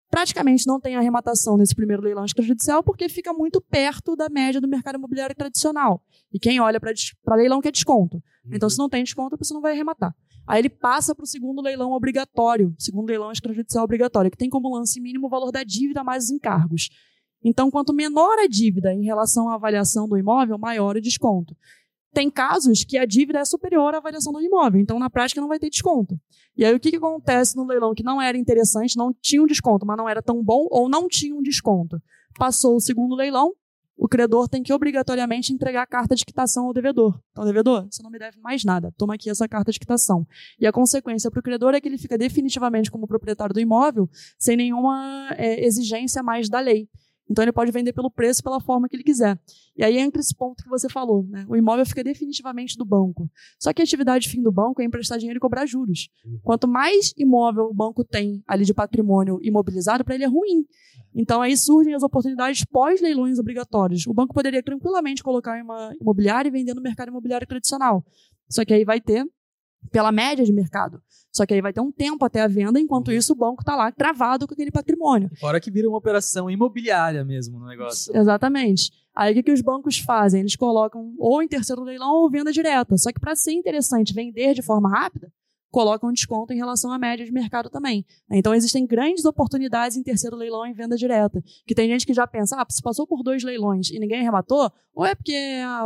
praticamente não tem arrematação nesse primeiro leilão extrajudicial porque fica muito perto da média do mercado imobiliário tradicional. E quem olha para leilão quer desconto. Então, se não tem desconto, a pessoa não vai arrematar. Aí ele passa para o segundo leilão obrigatório, segundo leilão extrajudicial obrigatório, que tem como lance mínimo o valor da dívida mais os encargos. Então, quanto menor a dívida em relação à avaliação do imóvel, maior o desconto. Tem casos que a dívida é superior à avaliação do imóvel, então na prática não vai ter desconto. E aí o que acontece no leilão que não era interessante, não tinha um desconto, mas não era tão bom ou não tinha um desconto? Passou o segundo leilão, o credor tem que obrigatoriamente entregar a carta de quitação ao devedor. Então, devedor, você não me deve mais nada, toma aqui essa carta de quitação. E a consequência para o credor é que ele fica definitivamente como proprietário do imóvel sem nenhuma exigência mais da lei. Então, ele pode vender pelo preço, pela forma que ele quiser. E aí entra esse ponto que você falou, né? O imóvel fica definitivamente do banco. Só que a atividade fim do banco é emprestar dinheiro e cobrar juros. Quanto mais imóvel o banco tem ali de patrimônio imobilizado, para ele é ruim. Então, aí surgem as oportunidades pós-leilões obrigatórios. O banco poderia tranquilamente colocar em uma imobiliária e vender no mercado imobiliário tradicional. Só que aí vai ter pela média de mercado. Só que aí vai ter um tempo até a venda, enquanto isso o banco está lá travado com aquele patrimônio. Fora que vira uma operação imobiliária mesmo no negócio. Exatamente. Aí o que os bancos fazem? Eles colocam ou em terceiro leilão ou venda direta. Só que para ser interessante vender de forma rápida, colocam um desconto em relação à média de mercado também. Então existem grandes oportunidades em terceiro leilão e venda direta. Que tem gente que já pensa, se passou por 2 leilões e ninguém arrematou, ou é porque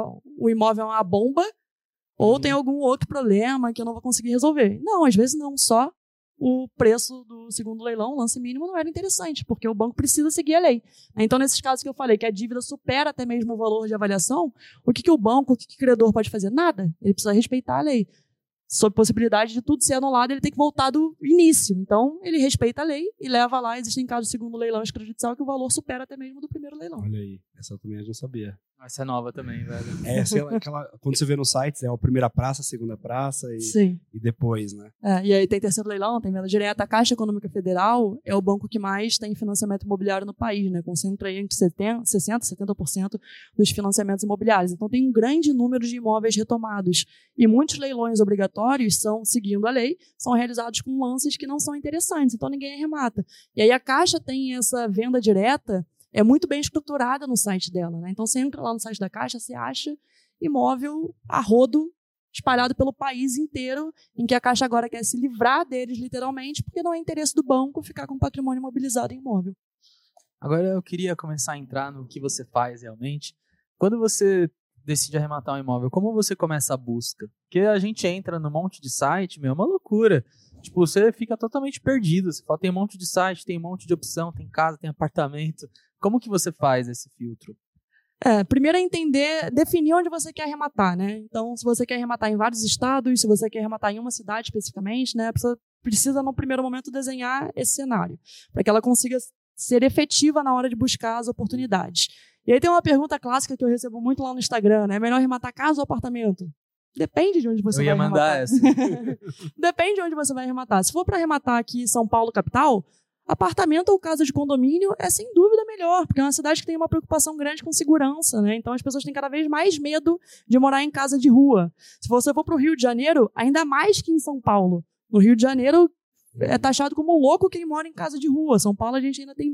o imóvel é uma bomba, ou tem algum outro problema que eu não vou conseguir resolver. Não, às vezes não. Só o preço do segundo leilão, o lance mínimo, não era interessante, porque o banco precisa seguir a lei. Então, nesses casos que eu falei, que a dívida supera até mesmo o valor de avaliação, o que o banco, o que o credor pode fazer? Nada. Ele precisa respeitar a lei. Sob possibilidade de tudo ser anulado, ele tem que voltar do início. Então, ele respeita a lei e leva lá. Existem casos de segundo leilão extrajudicial que o valor supera até mesmo do primeiro leilão. Olha aí, essa eu também não sabia. Essa é nova também, velho. Sei lá, quando você vê nos sites, é a primeira praça, a segunda praça e depois, né? E aí tem terceiro leilão, tem venda direta. A Caixa Econômica Federal é o banco que mais tem financiamento imobiliário no país, né? Concentra aí entre 60% e 70% dos financiamentos imobiliários. Então tem um grande número de imóveis retomados. E muitos leilões obrigatórios são, seguindo a lei, são realizados com lances que não são interessantes, então ninguém arremata. E aí a Caixa tem essa venda direta muito bem estruturada no site dela, né? Então você entra lá no site da Caixa, você acha imóvel a rodo espalhado pelo país inteiro, em que a Caixa agora quer se livrar deles literalmente, porque não é interesse do banco ficar com patrimônio imobilizado em imóvel. Agora eu queria começar a entrar no que você faz realmente. Quando você decide arrematar um imóvel, como você começa a busca? Porque a gente entra num monte de site, é uma loucura. Tipo, você fica totalmente perdido. Você fala, tem um monte de site, tem um monte de opção, tem casa, tem apartamento. Como que você faz esse filtro? Primeiro é entender, definir onde você quer arrematar, né? Então, se você quer arrematar em vários estados, se você quer arrematar em uma cidade especificamente, né? A pessoa precisa, no primeiro momento, desenhar esse cenário, para que ela consiga ser efetiva na hora de buscar as oportunidades. E aí tem uma pergunta clássica que eu recebo muito lá no Instagram, né? É melhor arrematar casa ou apartamento? Depende de onde você vai arrematar. Eu ia mandar essa. Depende de onde você vai arrematar. Se for para arrematar aqui em São Paulo, capital, apartamento ou casa de condomínio é sem dúvida melhor, porque é uma cidade que tem uma preocupação grande com segurança, né? Então as pessoas têm cada vez mais medo de morar em casa de rua. Se você for para o Rio de Janeiro, ainda mais que em São Paulo. No Rio de Janeiro é taxado como louco quem mora em casa de rua. São Paulo a gente ainda tem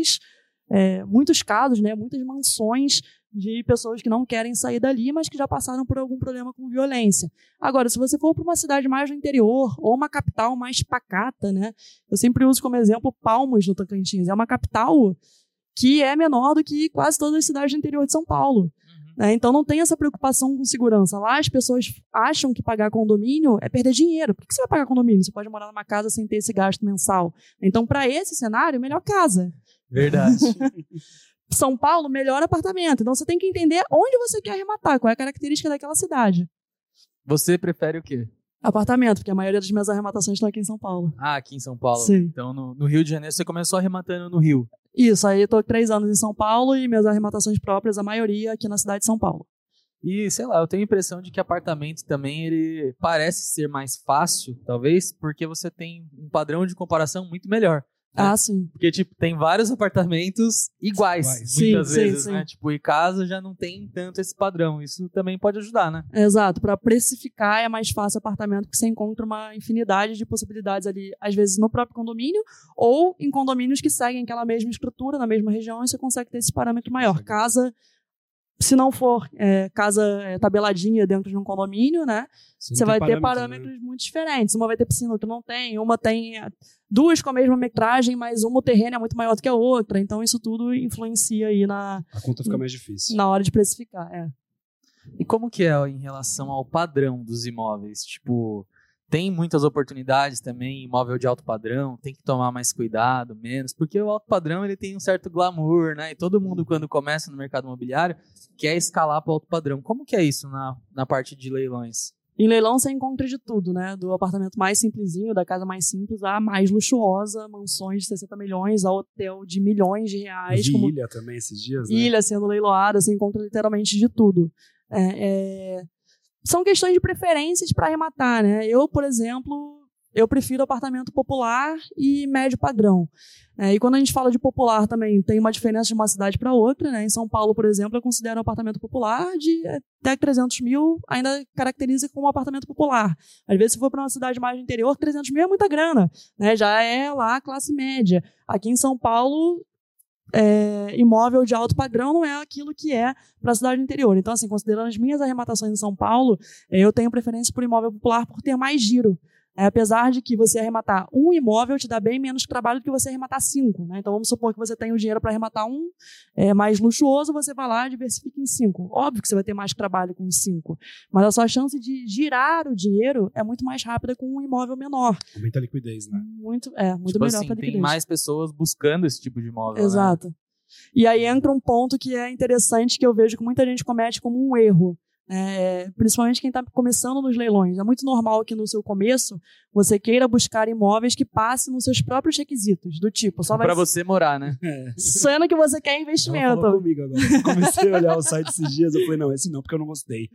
muitos casos, né? Muitas mansões de pessoas que não querem sair dali, mas que já passaram por algum problema com violência. Agora, se você for para uma cidade mais no interior, ou uma capital mais pacata, né? Eu sempre uso como exemplo Palmas, no Tocantins. É uma capital que é menor do que quase todas as cidades do interior de São Paulo. Né? Então não tem essa preocupação com segurança. Lá as pessoas acham que pagar condomínio é perder dinheiro. Por que você vai pagar condomínio? Você pode morar numa casa sem ter esse gasto mensal. Então, para esse cenário, melhor casa. Verdade. São Paulo, melhor apartamento. Então você tem que entender onde você quer arrematar, qual é a característica daquela cidade. Você prefere o quê? Apartamento, porque a maioria das minhas arrematações estão aqui em São Paulo. Aqui em São Paulo. Sim. Então no Rio de Janeiro você começou arrematando no Rio. Isso, aí eu tô 3 anos em São Paulo e minhas arrematações próprias, a maioria aqui na cidade de São Paulo. E, sei lá, eu tenho a impressão de que apartamento também ele parece ser mais fácil, talvez, porque você tem um padrão de comparação muito melhor. Ah, sim. Porque, tipo, tem vários apartamentos iguais, muitas vezes, né? Tipo, e casa já não tem tanto esse padrão. Isso também pode ajudar, né? Exato. Para precificar é mais fácil o apartamento, porque você encontra uma infinidade de possibilidades ali, às vezes no próprio condomínio, ou em condomínios que seguem aquela mesma estrutura, na mesma região, e você consegue ter esse parâmetro maior. Casa, se não for casa tabeladinha dentro de um condomínio, né? Você vai ter parâmetros muito diferentes. Uma vai ter piscina, outra não tem. Uma tem 2 com a mesma metragem, mas uma o terreno é muito maior do que a outra. Então, isso tudo influencia aí A conta fica mais difícil. Na hora de precificar, E como que é em relação ao padrão dos imóveis? Tipo, tem muitas oportunidades também, imóvel de alto padrão, tem que tomar mais cuidado, menos, porque o alto padrão ele tem um certo glamour, né? E todo mundo, quando começa no mercado imobiliário, quer escalar para o alto padrão. Como que é isso na parte de leilões? Em leilão você encontra de tudo, né? Do apartamento mais simplesinho, da casa mais simples, à mais luxuosa, mansões de 60 milhões, a hotel de milhões de reais. Eu vi Ilha também esses dias, né? Ilha sendo leiloada, você encontra literalmente de tudo. São questões de preferências para arrematar, né? Eu, por exemplo, eu prefiro apartamento popular e médio padrão. E quando a gente fala de popular também, tem uma diferença de uma cidade para outra, né? Em São Paulo, por exemplo, eu considero um apartamento popular de até 300 mil, ainda caracteriza como um apartamento popular. Às vezes, se for para uma cidade mais do interior, 300 mil é muita grana, né? Já é lá a classe média. Aqui em São Paulo, imóvel de alto padrão não é aquilo que é para a cidade do interior. Então, assim, considerando as minhas arrematações em São Paulo, eu tenho preferência por imóvel popular por ter mais giro. Apesar de que você arrematar um imóvel te dá bem menos trabalho do que você arrematar 5. Né? Então, vamos supor que você tem o dinheiro para arrematar um mais luxuoso, você vai lá e diversifica em 5. Óbvio que você vai ter mais trabalho com os 5, mas a sua chance de girar o dinheiro é muito mais rápida com um imóvel menor. Aumenta a liquidez, né? Muito tipo melhor assim, para a liquidez. Tem mais pessoas buscando esse tipo de imóvel. Exato. Né? E aí entra um ponto que é interessante, que eu vejo que muita gente comete como um erro. Principalmente quem está começando nos leilões. É muito normal que no seu começo você queira buscar imóveis que passem nos seus próprios requisitos, do tipo, só vai... Pra você morar, né? Sendo que você quer investimento. Ela falou comigo agora. Eu comecei a olhar o site esses dias, eu falei, não, esse não, porque eu não gostei.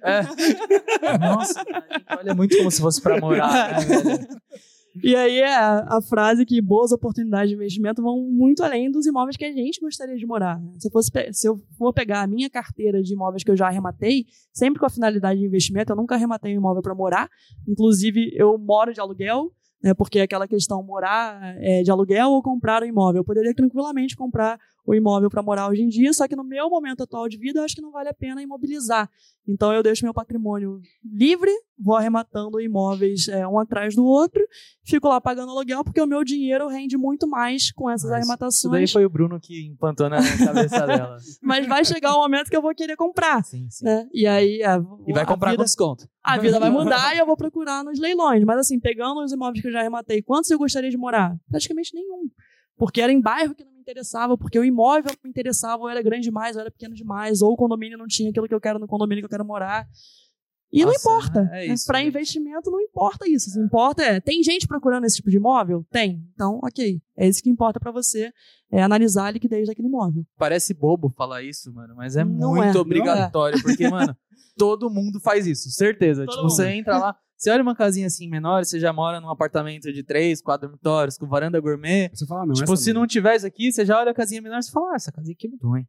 Nossa, a gente olha muito como se fosse pra morar, né, velho? E aí a frase que boas oportunidades de investimento vão muito além dos imóveis que a gente gostaria de morar. Se eu for pegar a minha carteira de imóveis que eu já arrematei, sempre com a finalidade de investimento, eu nunca arrematei um imóvel para morar. Inclusive, eu moro de aluguel, né, porque é aquela questão, morar de aluguel ou comprar um imóvel. Eu poderia tranquilamente comprar o imóvel para morar hoje em dia, só que no meu momento atual de vida, eu acho que não vale a pena imobilizar. Então, eu deixo meu patrimônio livre, vou arrematando imóveis um atrás do outro, fico lá pagando aluguel, porque o meu dinheiro rende muito mais com essas arrematações. Isso daí foi o Bruno que implantou na cabeça dela. Mas vai chegar um momento que eu vou querer comprar. Sim, sim. Né? E aí... E vai comprar com desconto. A vida vai mudar e eu vou procurar nos leilões. Mas assim, pegando os imóveis que eu já arrematei, quantos eu gostaria de morar? Praticamente nenhum. Porque era em bairro que não me interessava, porque o imóvel não me interessava, ou era grande demais, ou era pequeno demais, ou o condomínio não tinha aquilo que eu quero no condomínio que eu quero morar. E não importa. Para investimento não importa isso. O que importa tem gente procurando esse tipo de imóvel? Tem. Então, ok. É isso que importa para você, analisar a liquidez daquele imóvel. Parece bobo falar isso, mano, mas é muito obrigatório, porque, mano, todo mundo faz isso, certeza. Tipo, você entra lá, você olha uma casinha assim menor, você já mora num apartamento de 3, 4 dormitórios, com varanda gourmet. Você fala, não, tipo, se não tivesse aqui, você já olha a casinha menor e você fala, essa casinha aqui é muito ruim.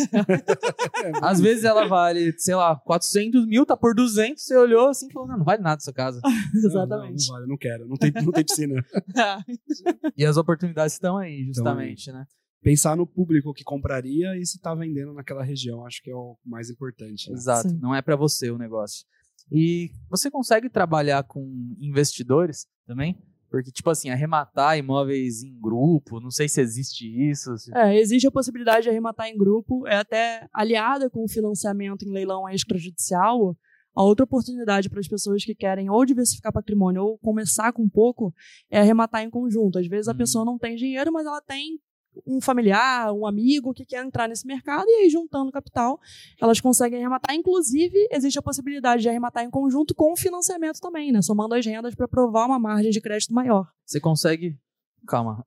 Às vezes ela vale, sei lá, 400 mil, tá por 200, você olhou assim e falou, não vale nada essa casa. Exatamente. Não vale, não quero, não tem piscina. E as oportunidades estão aí, justamente, né? Pensar no público que compraria e se tá vendendo naquela região, acho que é o mais importante. Né? Exato, sim. Não é para você o negócio. E você consegue trabalhar com investidores também? Porque, tipo assim, arrematar imóveis em grupo, não sei se existe isso. Existe a possibilidade de arrematar em grupo, é até aliada com o financiamento em leilão extrajudicial. A outra oportunidade para as pessoas que querem ou diversificar patrimônio ou começar com pouco é arrematar em conjunto. Às vezes a pessoa não tem dinheiro, mas ela tem um familiar, um amigo que quer entrar nesse mercado e aí juntando capital elas conseguem arrematar. Inclusive existe a possibilidade de arrematar em conjunto com financiamento também, né? Somando as rendas para provar uma margem de crédito maior. Você consegue... Calma.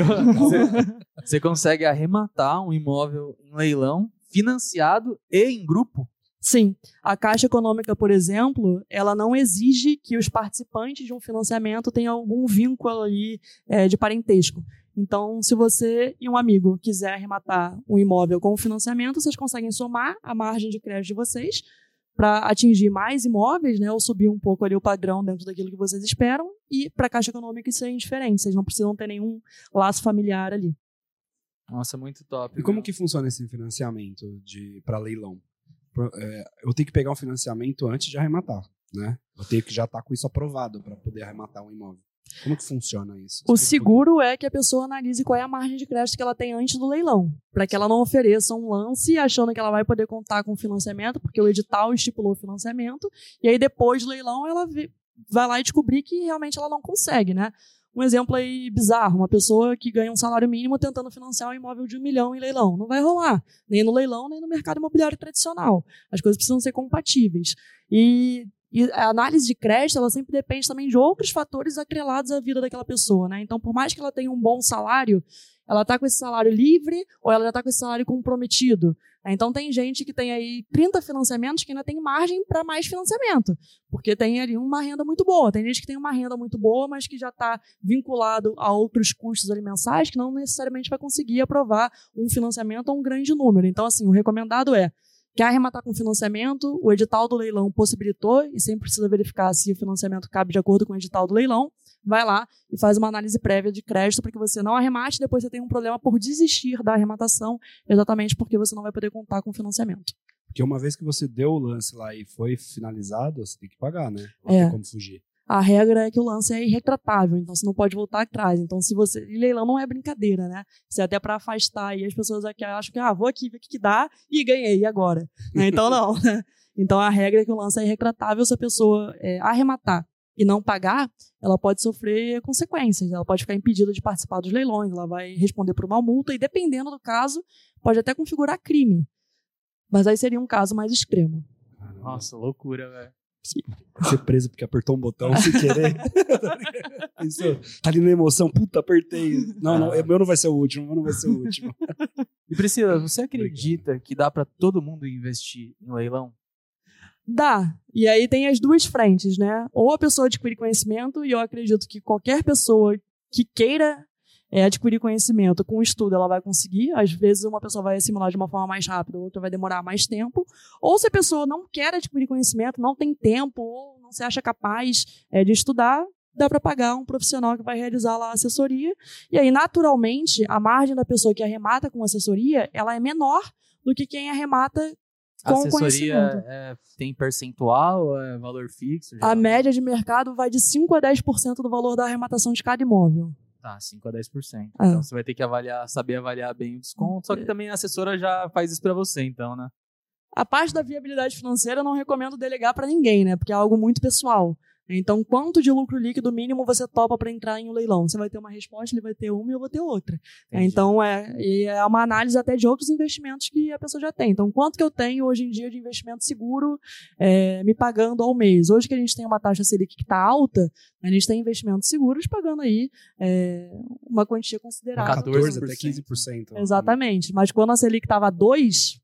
Você consegue arrematar um imóvel em leilão financiado e em grupo? Sim. A Caixa Econômica, por exemplo, ela não exige que os participantes de um financiamento tenham algum vínculo ali de parentesco. Então, se você e um amigo quiser arrematar um imóvel com financiamento, vocês conseguem somar a margem de crédito de vocês para atingir mais imóveis, né, ou subir um pouco ali o padrão dentro daquilo que vocês esperam, e para a Caixa Econômica isso é indiferente, vocês não precisam ter nenhum laço familiar ali. Nossa, muito top. E como que funciona esse financiamento para leilão? Eu tenho que pegar um financiamento antes de arrematar, né? Eu tenho que já estar com isso aprovado para poder arrematar um imóvel. Como que funciona isso? O seguro é que a pessoa analise qual é a margem de crédito que ela tem antes do leilão, para que ela não ofereça um lance achando que ela vai poder contar com financiamento, porque o edital estipulou o financiamento, e aí depois do leilão ela vai lá e descobrir que realmente ela não consegue, né? Um exemplo aí bizarro, uma pessoa que ganha um salário mínimo tentando financiar um imóvel de 1 milhão em leilão. Não vai rolar, nem no leilão, nem no mercado imobiliário tradicional. As coisas precisam ser compatíveis. E a análise de crédito, ela sempre depende também de outros fatores atrelados à vida daquela pessoa, né? Então, por mais que ela tenha um bom salário, ela está com esse salário livre ou ela já está com esse salário comprometido. Então, tem gente que tem aí 30 financiamentos que ainda tem margem para mais financiamento, porque tem ali uma renda muito boa. Tem gente que tem uma renda muito boa, mas que já está vinculado a outros custos ali mensais que não necessariamente vai conseguir aprovar um financiamento a um grande número. Então, assim, o recomendado quer arrematar com financiamento, o edital do leilão possibilitou, e sempre precisa verificar se o financiamento cabe de acordo com o edital do leilão, vai lá e faz uma análise prévia de crédito para que você não arremate, depois você tem um problema por desistir da arrematação, exatamente porque você não vai poder contar com financiamento. Porque uma vez que você deu o lance lá e foi finalizado, você tem que pagar, né? Não tem como fugir. A regra é que o lance é irretratável, então você não pode voltar atrás. Então, se você... E leilão não é brincadeira, né? Isso é até para afastar aí as pessoas aqui acham que, vou aqui ver o que dá e ganhei, e agora? Então, não. Então, a regra é que o lance é irretratável. Se a pessoa arrematar e não pagar, ela pode sofrer consequências. Ela pode ficar impedida de participar dos leilões, ela vai responder por uma multa e, dependendo do caso, pode até configurar crime. Mas aí seria um caso mais extremo. Nossa, loucura, velho. Ser preso porque apertou um botão sem querer. Isso, tá ali na emoção, puta, apertei. Não, o meu não vai ser o último, E Priscila, você acredita que dá pra todo mundo investir em leilão? Dá. E aí tem as duas frentes, né? Ou a pessoa adquire conhecimento, e eu acredito que qualquer pessoa que queira adquirir conhecimento com estudo, ela vai conseguir. Às vezes uma pessoa vai assimilar de uma forma mais rápida, outra vai demorar mais tempo. Ou se a pessoa não quer adquirir conhecimento, não tem tempo, ou não se acha capaz de estudar, dá para pagar um profissional que vai realizar lá a assessoria. E aí, naturalmente, a margem da pessoa que arremata com assessoria, ela é menor do que quem arremata com conhecimento. A assessoria tem percentual, é valor fixo? A média de mercado vai de 5% a 10% do valor da arrematação de cada imóvel. Tá, 5% a 10%. Então você vai ter que saber avaliar bem o desconto, só que também a assessora já faz isso pra você, então, né? A parte da viabilidade financeira eu não recomendo delegar pra ninguém, né? Porque é algo muito pessoal. Então, quanto de lucro líquido mínimo você topa para entrar em um leilão? Você vai ter uma resposta, ele vai ter uma e eu vou ter outra. Entendi. Então, é uma análise até de outros investimentos que a pessoa já tem. Então, quanto que eu tenho hoje em dia de investimento seguro me pagando ao mês? Hoje que a gente tem uma taxa Selic que está alta, a gente tem investimentos seguros pagando aí uma quantia considerável. 14% até 15%. Exatamente. Mas quando a Selic estava 2%,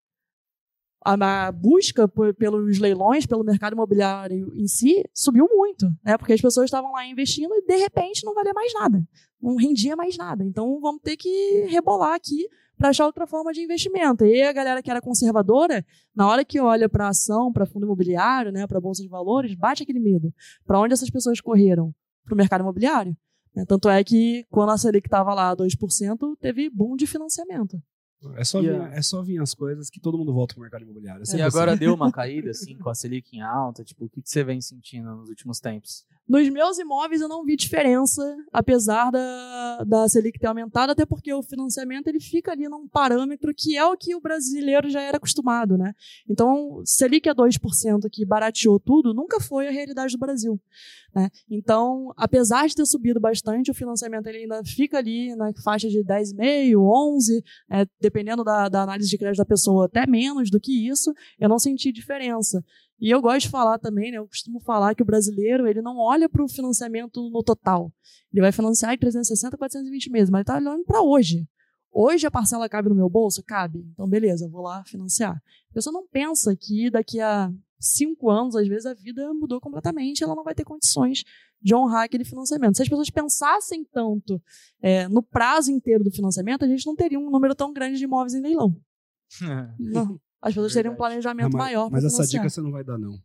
a busca pelos leilões, pelo mercado imobiliário em si, subiu muito, né? Porque as pessoas estavam lá investindo e, de repente, não valia mais nada. Não rendia mais nada. Então, vamos ter que rebolar aqui para achar outra forma de investimento. E a galera que era conservadora, na hora que olha para ação, para fundo imobiliário, né, para bolsa de valores, bate aquele medo. Para onde essas pessoas correram? Para o mercado imobiliário. Né? Tanto é que, quando a Selic estava lá a 2%, teve boom de financiamento. É só vir as coisas que todo mundo volta pro mercado imobiliário. E agora deu uma caída, assim, com a Selic em alta? Tipo, o que você vem sentindo nos últimos tempos? Nos meus imóveis eu não vi diferença, apesar da Selic ter aumentado, até porque o financiamento ele fica ali num parâmetro que é o que o brasileiro já era acostumado, né? Então, Selic a 2% que barateou tudo, nunca foi a realidade do Brasil. Né? Então, apesar de ter subido bastante, o financiamento ele ainda fica ali na faixa de 10,5%, 11%, dependendo da análise de crédito da pessoa, até menos do que isso, eu não senti diferença. E eu gosto de falar também, né, eu costumo falar que o brasileiro ele não olha para o financiamento no total. Ele vai financiar em 360, 420 meses, mas ele está olhando para hoje. Hoje a parcela cabe no meu bolso? Cabe. Então, beleza, vou lá financiar. A pessoa não pensa que daqui a 5 anos, às vezes a vida mudou completamente, ela não vai ter condições de honrar aquele financiamento. Se as pessoas pensassem tanto no prazo inteiro do financiamento, a gente não teria um número tão grande de imóveis em leilão. Não. As pessoas teriam um planejamento maior. Mas essa dica você não vai dar, não.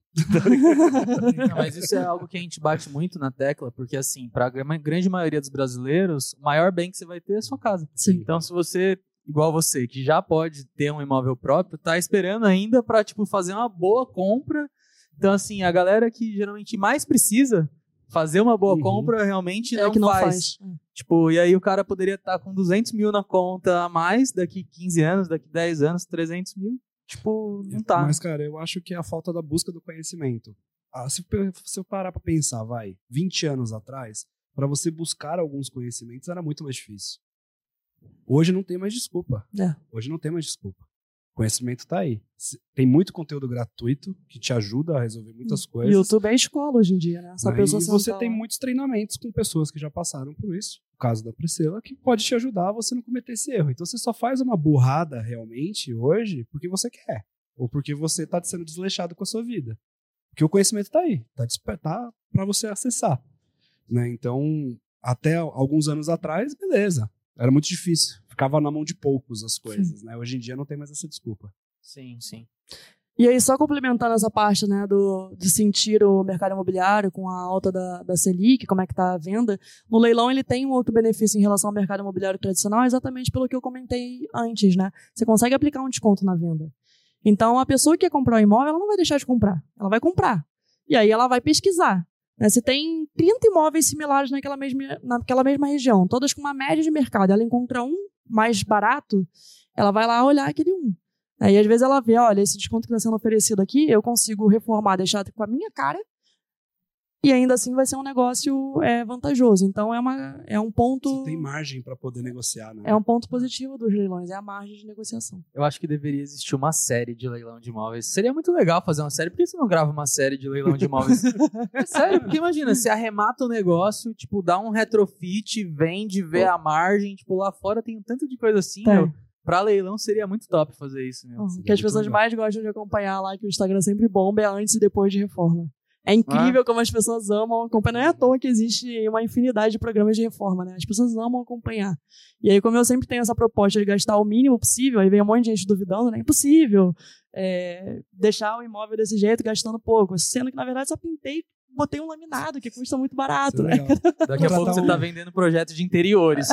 Não, mas isso é algo que a gente bate muito na tecla, porque assim, para a grande maioria dos brasileiros, o maior bem que você vai ter é a sua casa. Sim. Então, se você, igual você, que já pode ter um imóvel próprio, tá esperando ainda para fazer uma boa compra. Então, assim, a galera que geralmente mais precisa fazer uma boa compra realmente não faz. Tipo, e aí o cara poderia estar com 200 mil na conta a mais daqui 15 anos, daqui 10 anos, 300 mil. Tipo, não tá. Mas, cara, eu acho que é a falta da busca do conhecimento. Se eu parar pra pensar, 20 anos atrás, pra você buscar alguns conhecimentos era muito mais difícil. Hoje não tem mais desculpa. Hoje não tem mais desculpa. O conhecimento tá aí. Tem muito conteúdo gratuito que te ajuda a resolver muitas coisas. YouTube é escola hoje em dia, né? E você tem muitos treinamentos com pessoas que já passaram por isso. O caso da Priscila, que pode te ajudar a você não cometer esse erro. Então você só faz uma burrada realmente hoje porque você quer. Ou porque você tá sendo desleixado com a sua vida. Porque o conhecimento tá aí. Tá pra você acessar. Né? Então, até alguns anos atrás, beleza. Era muito difícil. Ficava na mão de poucos as coisas, né? Hoje em dia não tem mais essa desculpa. Sim, sim. E aí, só complementando essa parte, né, de sentir o mercado imobiliário com a alta da Selic, como é que tá a venda, no leilão ele tem um outro benefício em relação ao mercado imobiliário tradicional, exatamente pelo que eu comentei antes, né? Você consegue aplicar um desconto na venda. Então, a pessoa que quer comprar um imóvel, ela não vai deixar de comprar. Ela vai comprar. E aí ela vai pesquisar. Né? Se tem 30 imóveis similares naquela mesma região, todas com uma média de mercado, ela encontra um mais barato, ela vai lá olhar aquele um. Aí, às vezes, ela vê, olha, esse desconto que está sendo oferecido aqui, eu consigo reformar, deixar com a minha cara, e ainda assim vai ser um negócio vantajoso. Então, é um ponto... Você tem margem para poder negociar, né? É um ponto positivo dos leilões, é a margem de negociação. Eu acho que deveria existir uma série de leilão de imóveis. Seria muito legal fazer uma série. Por que você não grava uma série de leilão de imóveis? É sério, porque imagina, você arremata o negócio, tipo, dá um retrofit, vende, vê a margem, tipo, lá fora tem um tanto de coisa assim, meu. Pra leilão seria muito top fazer isso, meu. O que as pessoas mais gostam de acompanhar lá, que o Instagram sempre bomba, é antes e depois de reforma. É incrível como as pessoas amam acompanhar. Não é à toa que existe uma infinidade de programas de reforma, né? As pessoas amam acompanhar. E aí, como eu sempre tenho essa proposta de gastar o mínimo possível, aí vem um monte de gente duvidando, né? É impossível deixar o imóvel desse jeito gastando pouco. Sendo que, na verdade, só pintei, botei um laminado, que custa muito barato, né? Daqui a pouco você tá vendendo projeto de interiores.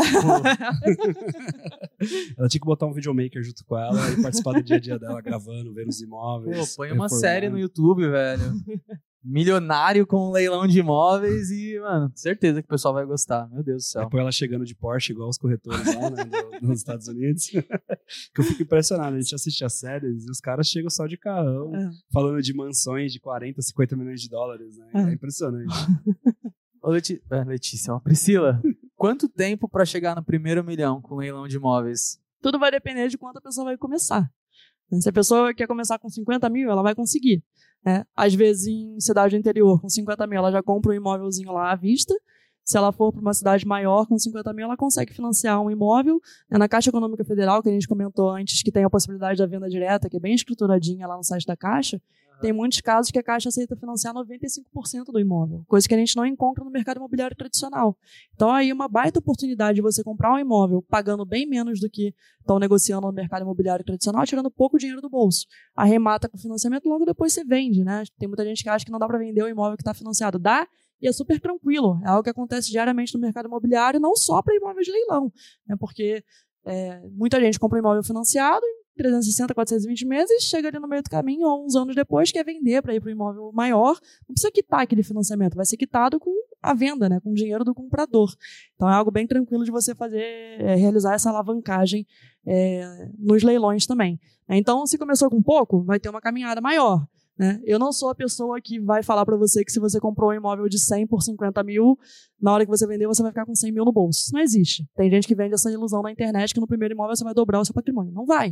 Ela tinha que botar um videomaker junto com ela e participar do dia a dia dela, gravando, vendo os imóveis. Pô, põe uma série no YouTube, velho. Milionário com um leilão de imóveis e, mano, certeza que o pessoal vai gostar. Meu Deus do céu. Depois ela chegando de Porsche, igual os corretores lá, né, nos Estados Unidos. Que eu fico impressionado. A gente assiste as séries e os caras chegam só de carrão, falando de mansões de 40, 50 milhões de dólares, né? É impressionante. Ô, Letícia, Priscila, quanto tempo pra chegar no primeiro milhão com leilão de imóveis? Tudo vai depender de quanto a pessoa vai começar. Se a pessoa quer começar com 50 mil, ela vai conseguir. Né? Às vezes, em cidade interior, com 50 mil, ela já compra um imóvelzinho lá à vista. Se ela for para uma cidade maior, com 50 mil, ela consegue financiar um imóvel. Na Caixa Econômica Federal, que a gente comentou antes, que tem a possibilidade da venda direta, que é bem estruturadinha lá no site da Caixa, tem muitos casos que a Caixa aceita financiar 95% do imóvel, coisa que a gente não encontra no mercado imobiliário tradicional. Então, aí uma baita oportunidade de você comprar um imóvel pagando bem menos do que estão negociando no mercado imobiliário tradicional, tirando pouco dinheiro do bolso. Arremata com financiamento, logo depois você vende, né? Tem muita gente que acha que não dá para vender o imóvel que está financiado. Dá, e é super tranquilo. É algo que acontece diariamente no mercado imobiliário, não só para imóveis de leilão, né? Porque muita gente compra um imóvel financiado em 360, 420 meses, chega ali no meio do caminho, ou uns anos depois, quer vender para ir para um imóvel maior, não precisa quitar aquele financiamento, vai ser quitado com a venda, né, com o dinheiro do comprador. Então é algo bem tranquilo de você realizar essa alavancagem nos leilões também. Então, se começou com pouco, vai ter uma caminhada maior. Né? Eu não sou a pessoa que vai falar para você que se você comprou um imóvel de 100 por 50 mil, na hora que você vender, você vai ficar com 100 mil no bolso. Isso não existe. Tem gente que vende essa ilusão na internet que no primeiro imóvel você vai dobrar o seu patrimônio. Não vai.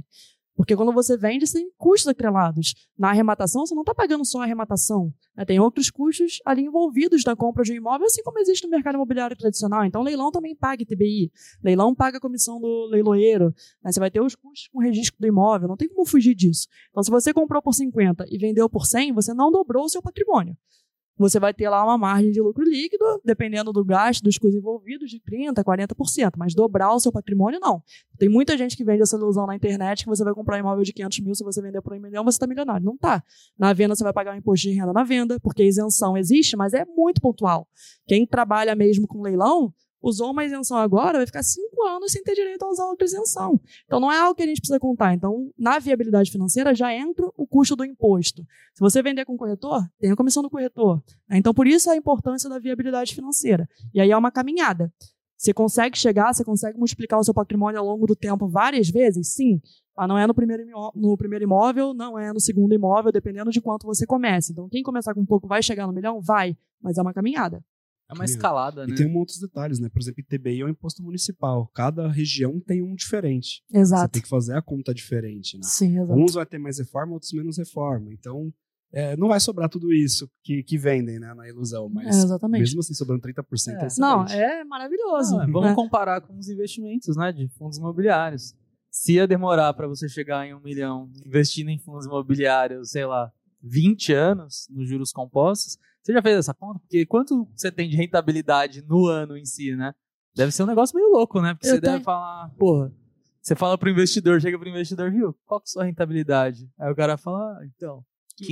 Porque quando você vende, você tem custos atrelados. Na arrematação, você não está pagando só a arrematação, né? Tem outros custos ali envolvidos na compra de um imóvel, assim como existe no mercado imobiliário tradicional. Então, leilão também paga ITBI. Leilão paga a comissão do leiloeiro, né? Você vai ter os custos com o registro do imóvel. Não tem como fugir disso. Então, se você comprou por 50 e vendeu por 100, você não dobrou o seu patrimônio. Você vai ter lá uma margem de lucro líquido, dependendo do gasto, dos custos envolvidos, de 30%, 40%. Mas dobrar o seu patrimônio, não. Tem muita gente que vende essa ilusão na internet que você vai comprar um imóvel de 500 mil, se você vender por 1 milhão, você está milionário. Não tá. Na venda, você vai pagar um imposto de renda na venda, porque a isenção existe, mas é muito pontual. Quem trabalha mesmo com leilão, usou uma isenção agora, vai ficar 5 anos sem ter direito a usar outra isenção. Então, não é algo que a gente precisa contar. Então, na viabilidade financeira, já entra o custo do imposto. Se você vender com o corretor, tem a comissão do corretor. Então, por isso a importância da viabilidade financeira. E aí é uma caminhada. Você consegue chegar, você consegue multiplicar o seu patrimônio ao longo do tempo várias vezes? Sim. Mas não é no primeiro imóvel, não é no segundo imóvel, dependendo de quanto você começa. Então, quem começar com pouco vai chegar no milhão? Vai. Mas é uma caminhada. É uma escalada, né? E tem outros detalhes, né? Por exemplo, ITBI é um imposto municipal. Cada região tem um diferente. Exato. Você tem que fazer a conta diferente, né? Sim, exato. Uns vai ter mais reforma, outros menos reforma. Então, não vai sobrar tudo isso que vendem, né, na ilusão. Mas exatamente. mesmo assim, sobrando 30% é excelente. Não, é maravilhoso. Vamos comparar com os investimentos, né, de fundos imobiliários. Se ia demorar para você chegar em 1 milhão investindo em fundos imobiliários, sei lá, 20 anos nos juros compostos, você já fez essa conta? Porque quanto você tem de rentabilidade no ano em si, né? Deve ser um negócio meio louco, né? Porque deve falar, porra, você fala pro investidor, chega pro investidor, viu? Qual que é a sua rentabilidade? Aí o cara fala, então,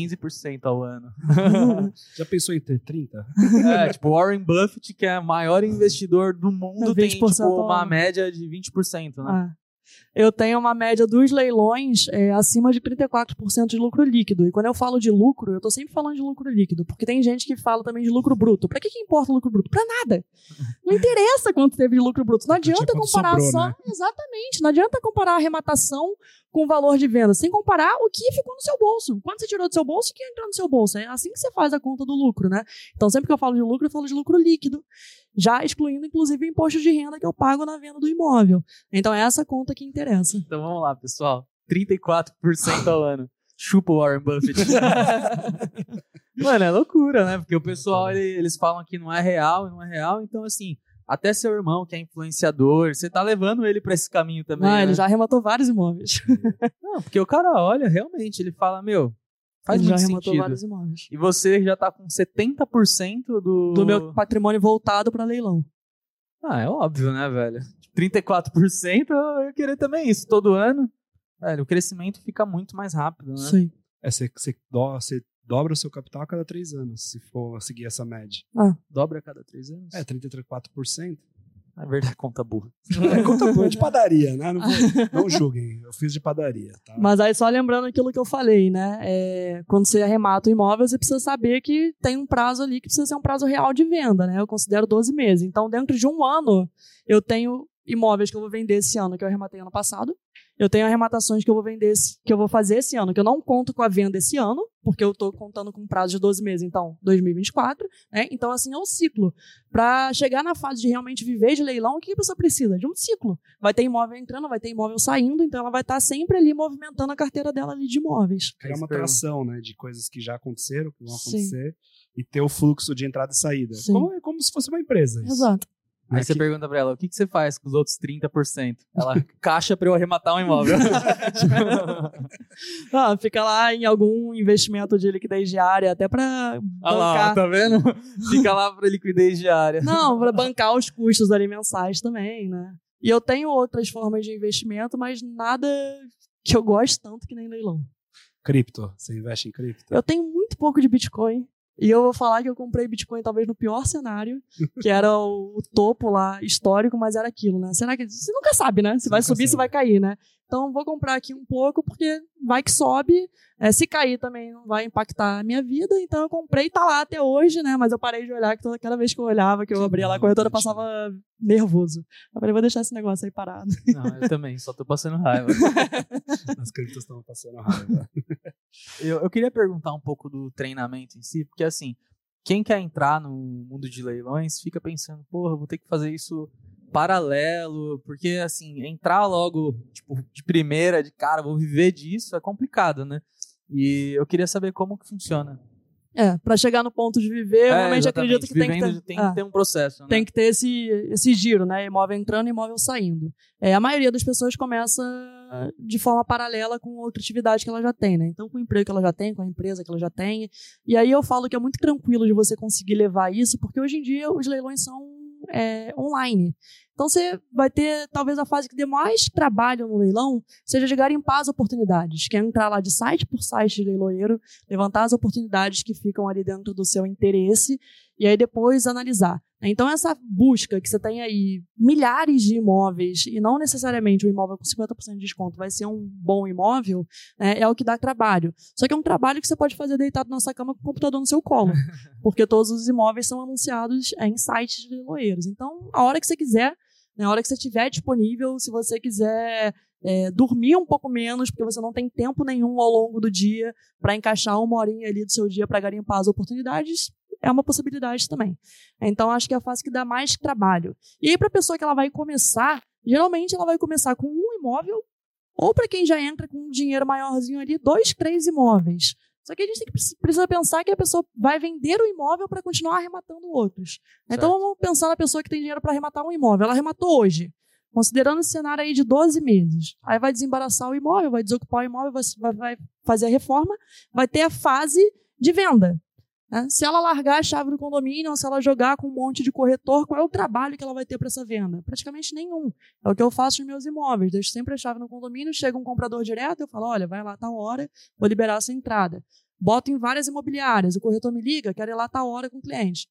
15% ao ano. Já pensou em ter 30%? Tipo, Warren Buffett, que é o maior investidor do mundo, tem tipo, uma média de 20%, né? Eu tenho uma média dos leilões acima de 34% de lucro líquido. E quando eu falo de lucro, eu estou sempre falando de lucro líquido, porque tem gente que fala também de lucro bruto. Para que importa o lucro bruto? Para nada. Não interessa quanto teve de lucro bruto. Não adianta comparar sobrou, só... Né? Exatamente. Não adianta comparar a arrematação com o valor de venda, sem comparar o que ficou no seu bolso. Quanto você tirou do seu bolso e o que entrou no seu bolso. É assim que você faz a conta do lucro, né? Então, sempre que eu falo de lucro, eu falo de lucro líquido, já excluindo, inclusive, o imposto de renda que eu pago na venda do imóvel. Então, é essa conta que interessa. Então, vamos lá, pessoal. 34% ao ano. Chupa o Warren Buffett. Mano, é loucura, né? Porque o pessoal, eles falam que não é real, então, assim... Até seu irmão, que é influenciador, você tá levando ele pra esse caminho também, né? Ele já arrematou vários imóveis. Não, porque o cara olha, realmente, ele fala, faz muito sentido. Ele já arrematou vários imóveis. E você já tá com 70% do meu patrimônio voltado pra leilão. É óbvio, né, velho? 34%, eu ia querer também isso todo ano. Velho, o crescimento fica muito mais rápido, né? Sim. Você dobra o seu capital a cada 3 anos, se for seguir essa média. Dobra a cada 3 anos? 34%. É verdade, conta burra. Conta burra de padaria, né? Não julguem, eu fiz de padaria, tá? Mas aí só lembrando aquilo que eu falei, né? Quando você arremata o imóvel, você precisa saber que tem um prazo ali que precisa ser um prazo real de venda, né? Eu considero 12 meses. Então, dentro de um ano, eu tenho imóveis que eu vou vender esse ano, que eu arrematei ano passado. Eu tenho arrematações que eu vou vender, que eu vou fazer esse ano, que eu não conto com a venda esse ano, porque eu estou contando com um prazo de 12 meses, então 2024, né? Então, assim, é um ciclo. Para chegar na fase de realmente viver de leilão, o que a pessoa precisa? De um ciclo. Vai ter imóvel entrando, vai ter imóvel saindo, então ela vai estar sempre ali movimentando a carteira dela ali de imóveis. Criar uma tração, né, de coisas que já aconteceram, que vão acontecer, e ter o fluxo de entrada e saída. Como se fosse uma empresa. Isso. Exato. Aí você pergunta pra ela, o que você faz com os outros 30%? Ela, caixa pra eu arrematar um imóvel. Fica lá em algum investimento de liquidez diária, até pra bancar. Lá, tá vendo? Fica lá pra liquidez diária. Não, pra bancar os custos ali mensais também, né? E eu tenho outras formas de investimento, mas nada que eu gosto tanto que nem leilão. Cripto, você investe em cripto? Eu tenho muito pouco de Bitcoin. E eu vou falar que eu comprei Bitcoin talvez no pior cenário, que era o topo lá histórico, mas era aquilo, né? Será que... Você nunca sabe, né? Se vai subir, se vai cair, né? Então, vou comprar aqui um pouco, porque vai que sobe. Se cair também não vai impactar a minha vida. Então, eu comprei e tá lá até hoje, né? Mas eu parei de olhar, que cada vez que eu olhava, que eu abria lá a corretora, eu passava nervoso. Eu falei, vou deixar esse negócio aí parado. Não, eu também, só tô passando raiva. As criptos estão passando raiva. Eu queria perguntar um pouco do treinamento em si, porque assim, quem quer entrar no mundo de leilões fica pensando, porra, vou ter que fazer isso paralelo, porque assim, entrar logo, tipo, de primeira, de cara, vou viver disso, é complicado, né? E eu queria saber como que funciona. Pra chegar no ponto de viver, eu realmente acredito que tem que ter um processo, né? Tem que ter esse giro, né? Imóvel entrando e imóvel saindo. A maioria das pessoas começa de forma paralela com outra atividade que ela já tem, né? Então, com o emprego que ela já tem, com a empresa que ela já tem. E aí eu falo que é muito tranquilo de você conseguir levar isso, porque hoje em dia os leilões são online. Então você vai ter, talvez a fase que dê mais trabalho no leilão seja de garimpar as oportunidades, que é entrar lá de site por site de leiloeiro, levantar as oportunidades que ficam ali dentro do seu interesse e aí depois analisar. Então essa busca que você tem aí milhares de imóveis e não necessariamente um imóvel com 50% de desconto vai ser um bom imóvel, é o que dá trabalho. Só que é um trabalho que você pode fazer deitado na sua cama com o computador no seu colo, porque todos os imóveis são anunciados em sites de leiloeiros. Então, a hora que você quiser, na hora que você estiver disponível, se você quiser dormir um pouco menos, porque você não tem tempo nenhum ao longo do dia para encaixar uma horinha ali do seu dia para garimpar as oportunidades, é uma possibilidade também. Então, acho que é a fase que dá mais trabalho. E aí, para a pessoa que ela vai começar, geralmente ela vai começar com um imóvel, ou para quem já entra com um dinheiro maiorzinho ali, 2, 3 imóveis. Só que a gente precisa pensar que a pessoa vai vender o imóvel para continuar arrematando outros. Certo. Então, vamos pensar na pessoa que tem dinheiro para arrematar um imóvel. Ela arrematou hoje, considerando esse cenário aí de 12 meses. Aí vai desembaraçar o imóvel, vai desocupar o imóvel, vai fazer a reforma, vai ter a fase de venda. Se ela largar a chave do condomínio ou se ela jogar com um monte de corretor, qual é o trabalho que ela vai ter para essa venda? Praticamente nenhum. É o que eu faço nos meus imóveis. Deixo sempre a chave no condomínio, chega um comprador direto, eu falo, olha, vai lá tal hora, vou liberar essa entrada. Boto em várias imobiliárias, o corretor me liga, quero ir lá tal hora com o cliente.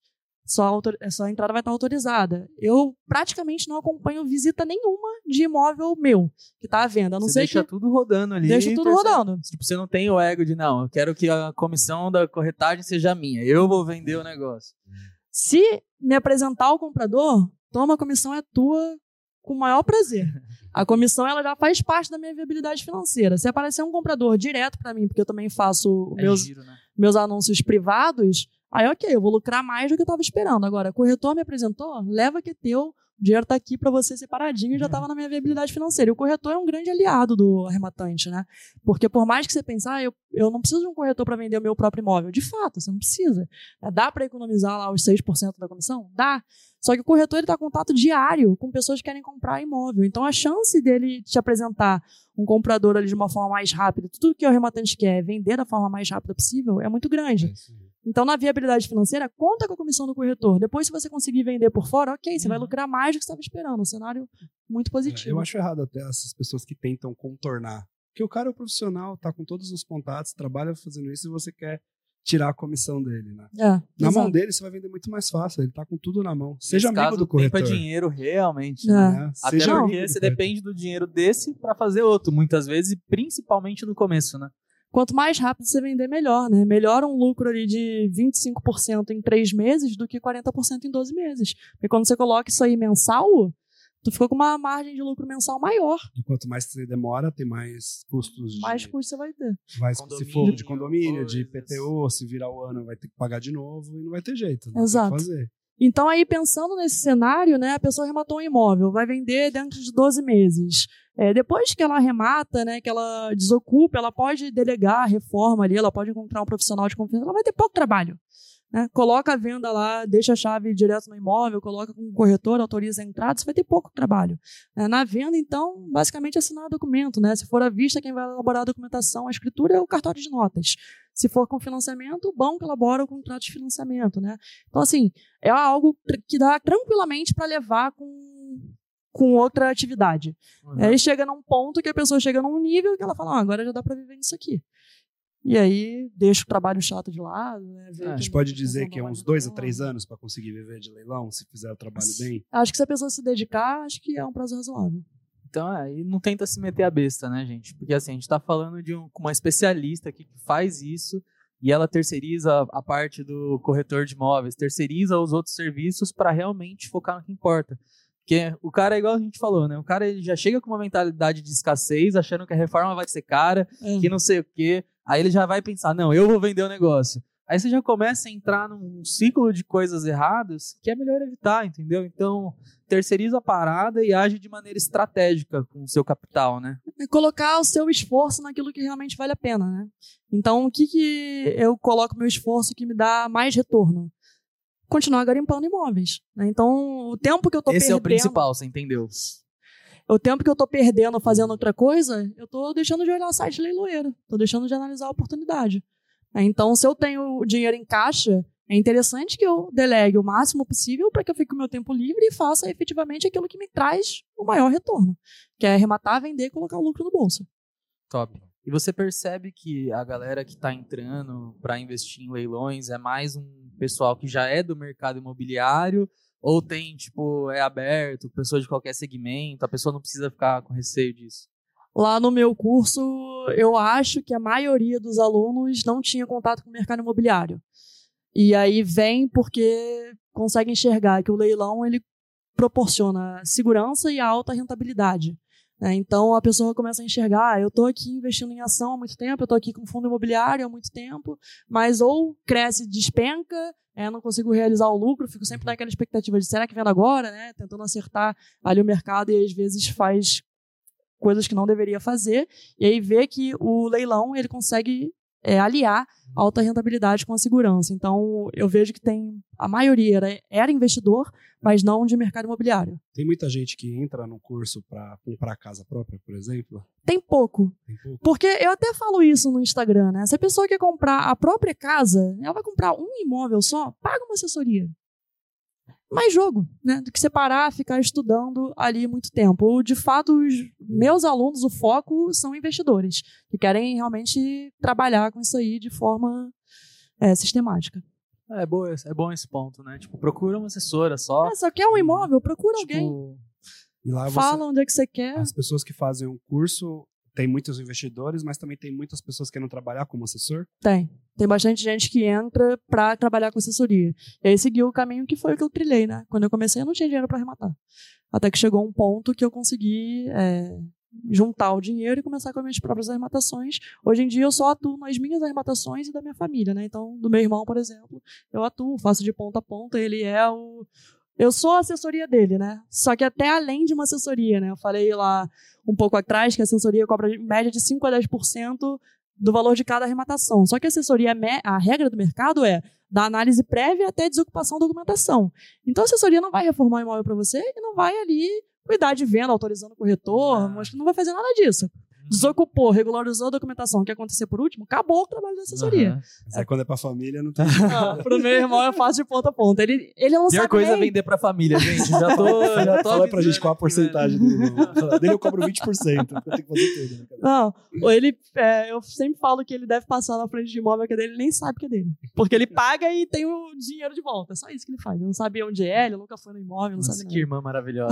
Sua entrada vai estar autorizada. Eu praticamente não acompanho visita nenhuma de imóvel meu que está à venda. A não você deixa tudo rodando ali. Deixa tudo rodando. Tipo, você não tem o ego de, não, eu quero que a comissão da corretagem seja minha. Eu vou vender o negócio. Se me apresentar ao comprador, toma, a comissão é tua com o maior prazer. A comissão ela já faz parte da minha viabilidade financeira. Se aparecer um comprador direto para mim, porque eu também faço meus anúncios privados, aí, ok, eu vou lucrar mais do que eu estava esperando. Agora, o corretor me apresentou, leva que é teu, o dinheiro está aqui para você separadinho e já estava na minha viabilidade financeira. E o corretor é um grande aliado do arrematante, né? Porque por mais que você pense, eu não preciso de um corretor para vender o meu próprio imóvel. De fato, você não precisa. Dá para economizar lá os 6% da comissão? Dá. Só que o corretor está em contato diário com pessoas que querem comprar imóvel. Então, a chance dele te apresentar um comprador ali de uma forma mais rápida, tudo que o arrematante quer, vender da forma mais rápida possível, é muito grande. Então, na viabilidade financeira, conta com a comissão do corretor. Depois, se você conseguir vender por fora, ok, você vai lucrar mais do que você estava esperando. Um cenário muito positivo. Eu acho errado até essas pessoas que tentam contornar. Porque o cara é um profissional, tá com todos os contatos, trabalha fazendo isso e você quer tirar a comissão dele, né? Na mão dele você vai vender muito mais fácil, ele tá com tudo na mão. Seja amigo do corretor. Tempo é dinheiro realmente, né? Até porque você depende do dinheiro desse para fazer outro, muitas vezes, e principalmente no começo, né? Quanto mais rápido você vender, melhor, né? Melhor um lucro ali de 25% em 3 meses do que 40% em 12 meses. Porque quando você coloca isso aí mensal, tu ficou com uma margem de lucro mensal maior. E quanto mais você demora, tem mais custos. Mais custos você vai ter. Se for de condomínio, de IPTU, se virar o ano, vai ter que pagar de novo e não vai ter jeito. Não Exato. Tem que fazer. Então, aí, pensando nesse cenário, né, a pessoa arrematou um imóvel, vai vender dentro de 12 meses. Depois que ela arremata, né, que ela desocupa, ela pode delegar a reforma ali, ela pode encontrar um profissional de confiança, ela vai ter pouco trabalho. Né? Coloca a venda lá, deixa a chave direto no imóvel, coloca com o corretor, autoriza a entrada, você vai ter pouco trabalho. Na venda, então, basicamente assinar documento. Né? Se for à vista, quem vai elaborar a documentação, a escritura é o cartório de notas. Se for com financiamento, o banco elabora o contrato de financiamento. Né? Então, assim, é algo que dá tranquilamente para levar com outra atividade. Aí chega num ponto que a pessoa chega num nível que ela fala, agora já dá para viver nisso aqui. E aí deixa o trabalho chato de lado. Né, a gente pode dizer que é uns 2 a 3 anos para conseguir viver de leilão, se fizer o trabalho bem? Acho que se a pessoa se dedicar, acho que é um prazo razoável. Então, e não tenta se meter a besta, né, gente? Porque assim, a gente tá falando de uma especialista aqui que faz isso e ela terceiriza a parte do corretor de imóveis, terceiriza os outros serviços para realmente focar no que importa. Porque o cara é igual a gente falou, né? O cara ele já chega com uma mentalidade de escassez, achando que a reforma vai ser cara, que não sei o quê. Aí ele já vai pensar, não, eu vou vender o negócio. Aí você já começa a entrar num ciclo de coisas erradas que é melhor evitar, entendeu? Então, terceiriza a parada e age de maneira estratégica com o seu capital, né? Colocar o seu esforço naquilo que realmente vale a pena, né? Então, o que eu coloco meu esforço que me dá mais retorno? Continuar garimpando imóveis, né? Então, o tempo que eu tô perdendo... Esse é o principal, você entendeu? O tempo que eu tô perdendo fazendo outra coisa, eu tô deixando de olhar site leiloeiro. Tô deixando de analisar a oportunidade. Então, se eu tenho o dinheiro em caixa, é interessante que eu delegue o máximo possível para que eu fique com o meu tempo livre e faça efetivamente aquilo que me traz o maior retorno, que é arrematar, vender e colocar o lucro no bolso. Top. E você percebe que a galera que está entrando para investir em leilões é mais um pessoal que já é do mercado imobiliário ou tem, tipo, é aberto, pessoa de qualquer segmento, a pessoa não precisa ficar com receio disso? Lá no meu curso, eu acho que a maioria dos alunos não tinha contato com o mercado imobiliário. E aí vem porque consegue enxergar que o leilão ele proporciona segurança e alta rentabilidade. Então a pessoa começa a enxergar, eu estou aqui investindo em ação há muito tempo, eu estou aqui com fundo imobiliário há muito tempo, mas ou cresce, despenca, não consigo realizar o lucro, fico sempre naquela expectativa de será que vendo agora, né? Tentando acertar ali o mercado e às vezes faz coisas que não deveria fazer, e aí vê que o leilão ele consegue aliar a alta rentabilidade com a segurança. Então, eu vejo que a maioria era investidor, mas não de mercado imobiliário. Tem muita gente que entra no curso para comprar casa própria, por exemplo? Tem pouco. Porque eu até falo isso no Instagram, né? Se a pessoa quer comprar a própria casa, ela vai comprar um imóvel só, paga uma assessoria. Mais jogo, né? Do que separar, ficar estudando ali muito tempo. De fato, os meus alunos, o foco são investidores, que querem realmente trabalhar com isso aí de forma sistemática. É bom esse ponto, né? Tipo, procura uma assessora só. Só quer um imóvel, procura alguém. E lá Fala onde é que você quer. As pessoas que fazem um curso, tem muitos investidores, mas também tem muitas pessoas que querem trabalhar como assessor? Tem bastante gente que entra para trabalhar com assessoria. E aí seguiu o caminho que foi o que eu trilhei, né? Quando eu comecei, eu não tinha dinheiro para arrematar. Até que chegou um ponto que eu consegui juntar o dinheiro e começar com as minhas próprias arrematações. Hoje em dia, eu só atuo nas minhas arrematações e da minha família, né? Então, do meu irmão, por exemplo, eu atuo, faço de ponta a ponta. Ele é o... Eu sou a assessoria dele, né? Só que até além de uma assessoria, né? Eu falei lá um pouco atrás que a assessoria cobra em média de 5 a 10% do valor de cada arrematação. Só que a assessoria, a regra do mercado é da análise prévia até desocupação da documentação. Então a assessoria não vai reformar o imóvel para você e não vai ali cuidar de venda, autorizando o corretor, mas não vai fazer nada disso. Desocupou, regularizou a documentação, o que acontecer por último, acabou o trabalho da assessoria. Mas aí quando é pra família, não tem. Pro meu irmão eu faço de ponta a ponta. Ele não sabe. Pior coisa é vender pra família, gente. Já tô Fala pra gente qual a porcentagem dele. Eu cobro 20%. Eu tenho que fazer tudo. Né? Não, eu sempre falo que ele deve passar na frente de imóvel que é dele, ele nem sabe que é dele. Porque ele paga e tem o dinheiro de volta. É só isso que ele faz. Ele não sabe onde é, ele nunca foi no imóvel, não sabe nada. Que irmã maravilhosa.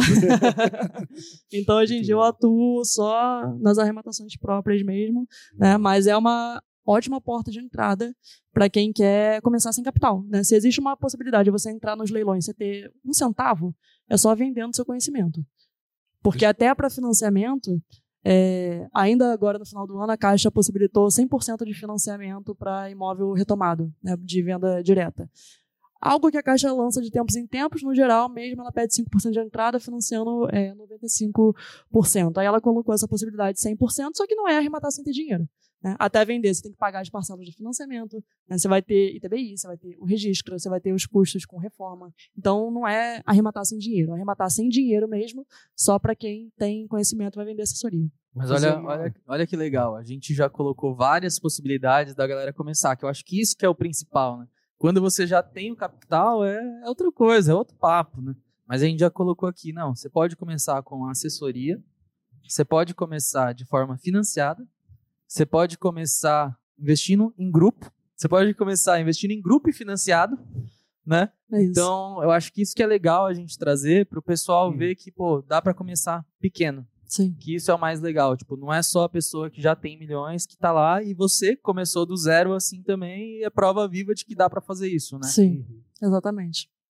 Então hoje em dia eu atuo só nas arrematações próprias mesmo, né? Mas é uma ótima porta de entrada para quem quer começar sem capital, né? Se existe uma possibilidade de você entrar nos leilões e você ter 1 centavo, é só vendendo seu conhecimento. Porque até para financiamento, ainda agora no final do ano, a Caixa possibilitou 100% de financiamento para imóvel retomado, né? De venda direta. Algo que a Caixa lança de tempos em tempos, no geral, mesmo ela pede 5% de entrada, financiando 95%. Aí ela colocou essa possibilidade de 100%, só que não é arrematar sem ter dinheiro. Né? Até vender, você tem que pagar as parcelas de financiamento, né? Você vai ter ITBI, você vai ter o registro, você vai ter os custos com reforma. Então, não é arrematar sem dinheiro, é arrematar sem dinheiro mesmo, só para quem tem conhecimento vai vender assessoria. Mas olha que legal, a gente já colocou várias possibilidades da galera começar, que eu acho que isso que é o principal, né? Quando você já tem o capital, é outra coisa, é outro papo, né? Mas a gente já colocou aqui, não, você pode começar com assessoria, você pode começar de forma financiada, você pode começar investindo em grupo, você pode começar investindo em grupo e financiado, né? É isso. Então, eu acho que isso que é legal a gente trazer para o pessoal ver que, dá para começar pequeno. Sim. Que isso é o mais legal, tipo, não é só a pessoa que já tem milhões que tá lá e você começou do zero assim também e é prova viva de que dá pra fazer isso, né? Sim, exatamente.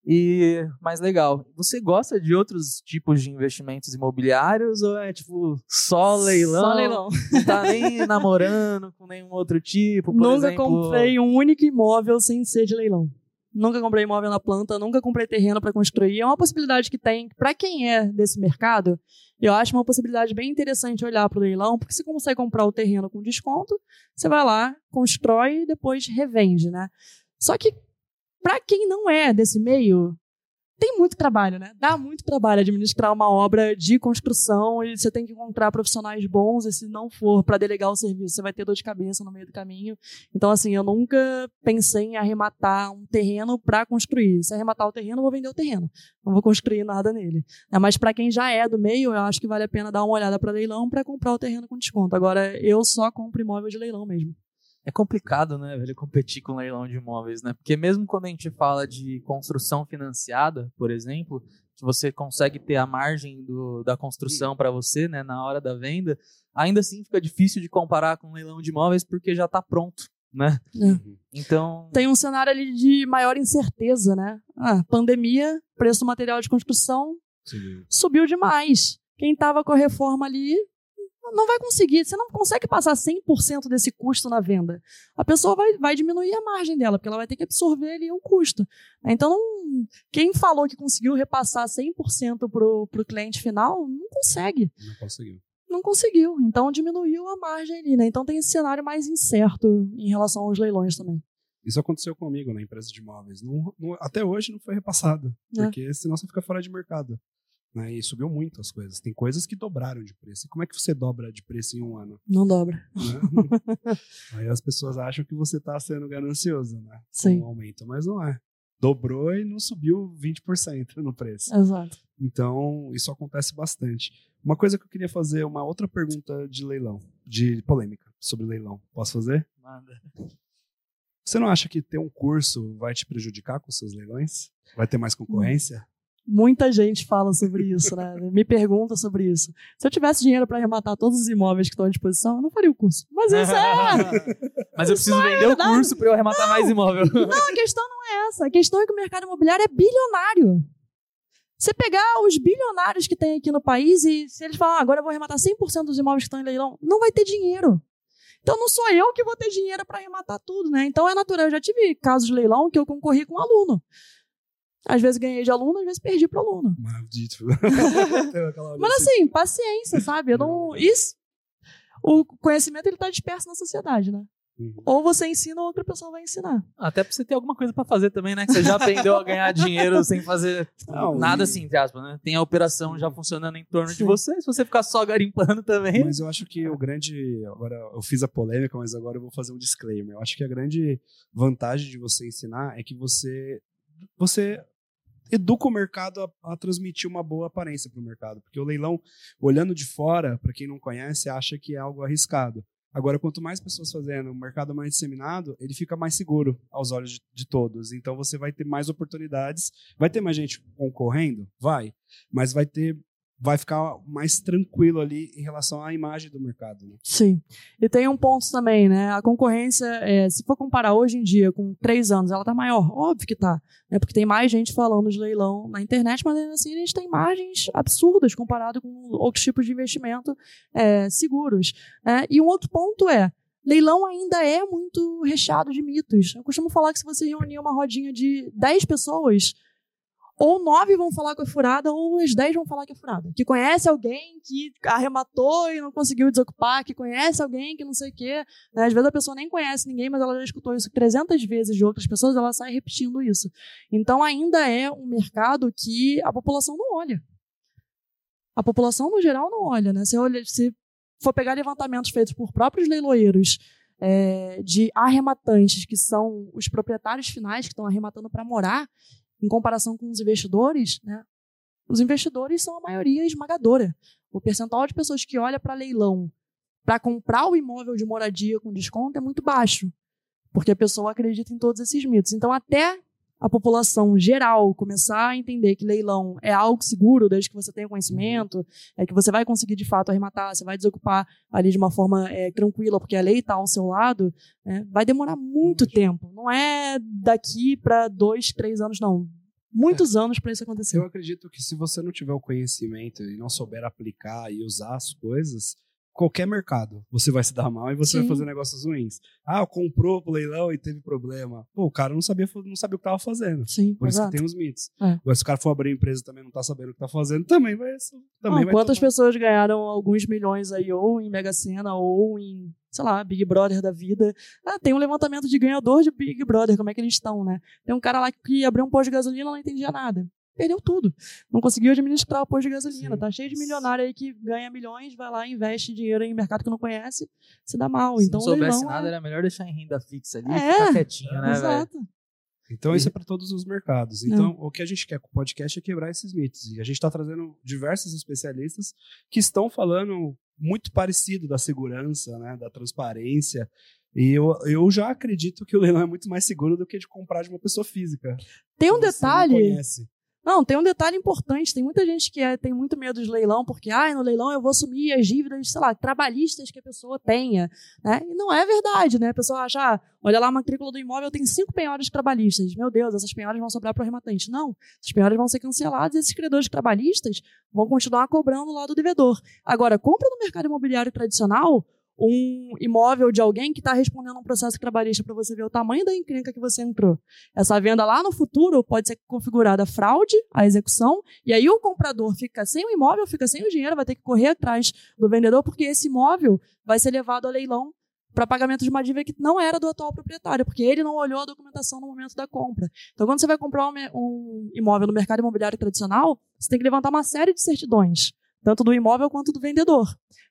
E mais legal, você gosta de outros tipos de investimentos imobiliários ou é tipo só leilão? Só leilão. Não tá nem namorando com nenhum outro tipo, por Nunca exemplo... comprei um único imóvel sem ser de leilão. Nunca comprei imóvel na planta, nunca comprei terreno para construir. É uma possibilidade que tem, para quem é desse mercado, eu acho uma possibilidade bem interessante olhar para o leilão, porque você consegue comprar o terreno com desconto, você vai lá, constrói e depois revende, né? Só que para quem não é desse meio, tem muito trabalho, né? Dá muito trabalho administrar uma obra de construção e você tem que encontrar profissionais bons e se não for para delegar o serviço, você vai ter dor de cabeça no meio do caminho. Então, assim, eu nunca pensei em arrematar um terreno para construir. Se arrematar o terreno, eu vou vender o terreno. Não vou construir nada nele. Mas para quem já é do meio, eu acho que vale a pena dar uma olhada para leilão para comprar o terreno com desconto. Agora, eu só compro imóvel de leilão mesmo. É complicado, né, velho, competir com leilão de imóveis, né? Porque mesmo quando a gente fala de construção financiada, por exemplo, que você consegue ter a margem da construção para você, né, na hora da venda, ainda assim fica difícil de comparar com leilão de imóveis porque já está pronto, né? Então... Tem um cenário ali de maior incerteza, né? Pandemia, preço do material de construção subiu demais. Quem estava com a reforma ali... não vai conseguir, você não consegue passar 100% desse custo na venda. A pessoa vai diminuir a margem dela, porque ela vai ter que absorver ali o custo. Então, quem falou que conseguiu repassar 100% para o cliente final, não consegue. Não conseguiu. Então, diminuiu a margem ali, né? Então, tem esse cenário mais incerto em relação aos leilões também. Isso aconteceu comigo na empresa de imóveis. Até hoje não foi repassado, porque senão você fica fora de mercado. Né, e subiu muito as coisas. Tem coisas que dobraram de preço. E como é que você dobra de preço em um ano? Não dobra. Né? Aí as pessoas acham que você está sendo ganancioso, né? Sim. Com um aumento, mas não é. Dobrou e não subiu 20% no preço. Exato. Então, isso acontece bastante. Uma coisa que eu queria fazer, uma outra pergunta de leilão, de polêmica sobre leilão. Posso fazer? Manda. Você não acha que ter um curso vai te prejudicar com os seus leilões? Vai ter mais concorrência? Muita gente fala sobre isso, né? Me pergunta sobre isso. Se eu tivesse dinheiro para arrematar todos os imóveis que estão à disposição, eu não faria o curso. Mas isso Mas eu preciso vender o curso para eu arrematar mais imóvel. Não, a questão não é essa. A questão é que o mercado imobiliário é bilionário. Você pegar os bilionários que tem aqui no país e se eles falam, agora eu vou arrematar 100% dos imóveis que estão em leilão, não vai ter dinheiro. Então não sou eu que vou ter dinheiro para arrematar tudo, né? Então é natural. Eu já tive casos de leilão que eu concorri com um aluno. Às vezes ganhei de aluno, às vezes perdi pro aluno. Maldito. Mas assim, paciência, sabe? O conhecimento ele tá disperso na sociedade, né? Ou você ensina ou outra pessoa vai ensinar. Até pra você ter alguma coisa pra fazer também, né? Que você já aprendeu a ganhar dinheiro sem fazer nada assim, entre aspas, né? Tem a operação já funcionando em torno de você, se você ficar só garimpando também. Mas eu acho que o grande... Agora, eu fiz a polêmica, mas agora eu vou fazer um disclaimer. Eu acho que a grande vantagem de você ensinar é que você educa o mercado a transmitir uma boa aparência para o mercado. Porque o leilão, olhando de fora, para quem não conhece, acha que é algo arriscado. Agora, quanto mais pessoas fazendo, o mercado mais disseminado, ele fica mais seguro aos olhos de todos. Então, você vai ter mais oportunidades. Vai ter mais gente concorrendo? Vai. Mas vai ficar mais tranquilo ali em relação à imagem do mercado. Né? Sim. E tem um ponto também, né? A concorrência, se for comparar hoje em dia com 3 anos, ela tá maior. Óbvio que tá. Né? Porque tem mais gente falando de leilão na internet, mas assim a gente tem margens absurdas comparado com outros tipos de investimento seguros. E um outro ponto leilão ainda é muito recheado de mitos. Eu costumo falar que se você reunir uma rodinha de 10 pessoas... ou 9 vão falar que é furada, ou as 10 vão falar que é furada. Que conhece alguém que arrematou e não conseguiu desocupar, que conhece alguém que não sei o quê. Né? Às vezes a pessoa nem conhece ninguém, mas ela já escutou isso 300 vezes de outras pessoas, ela sai repetindo isso. Então ainda é um mercado que a população não olha. A população, no geral, não olha. Né? Se for pegar levantamentos feitos por próprios leiloeiros, de arrematantes, que são os proprietários finais que estão arrematando para morar, em comparação com os investidores, né? Os investidores são a maioria esmagadora. O percentual de pessoas que olha para leilão para comprar o imóvel de moradia com desconto é muito baixo, porque a pessoa acredita em todos esses mitos. Então, até a população geral começar a entender que leilão é algo seguro, desde que você tenha conhecimento, que você vai conseguir de fato arrematar, você vai desocupar ali de uma forma tranquila, porque a lei está ao seu lado, vai demorar muito tempo. Não é daqui para 2, 3 anos, não. muitos anos para isso acontecer. Eu acredito que se você não tiver o conhecimento e não souber aplicar e usar as coisas, qualquer mercado, você vai se dar mal e você vai fazer negócios ruins. Comprou pro leilão e teve problema. Pô, o cara não sabia o que estava fazendo. Sim, por isso que tem os mitos. Agora, se o cara for abrir empresa e também não tá sabendo o que tá fazendo, também vai quantas pessoas ganharam alguns milhões aí, ou em Mega Sena, ou em, sei lá, Big Brother da vida. Tem um levantamento de ganhador de Big Brother, como é que eles estão, né? Tem um cara lá que abriu um posto de gasolina e não entendia nada. Perdeu tudo. Não conseguiu administrar o posto de gasolina. Sim. Tá cheio de milionário aí que ganha milhões, vai lá e investe dinheiro em mercado que não conhece, se dá mal. Se então, não soubesse nada, era melhor deixar em renda fixa ali e ficar quietinho, né, exato. Véio? Então isso é para todos os mercados. Então o que a gente quer com o podcast é quebrar esses mitos. E a gente está trazendo diversos especialistas que estão falando muito parecido da segurança, né, da transparência. E eu já acredito que o leilão é muito mais seguro do que de comprar de uma pessoa física. Tem um detalhe... Não conhece. Não, tem um detalhe importante. Tem muita gente que tem muito medo de leilão, porque no leilão eu vou assumir as dívidas, sei lá, trabalhistas que a pessoa tenha, né? E não é verdade, né? A pessoa acha, olha lá, a matrícula do imóvel tem 5 penhoras trabalhistas. Meu Deus, essas penhoras vão sobrar para o arrematante. Não, essas penhoras vão ser canceladas e esses credores trabalhistas vão continuar cobrando lá do devedor. Agora, compra no mercado imobiliário tradicional um imóvel de alguém que está respondendo um processo trabalhista para você ver o tamanho da encrenca que você entrou. Essa venda lá no futuro pode ser configurada fraude, a execução, e aí o comprador fica sem o imóvel, fica sem o dinheiro, vai ter que correr atrás do vendedor, porque esse imóvel vai ser levado a leilão para pagamento de uma dívida que não era do atual proprietário, porque ele não olhou a documentação no momento da compra. Então, quando você vai comprar um imóvel no mercado imobiliário tradicional, você tem que levantar uma série de certidões, tanto do imóvel quanto do vendedor,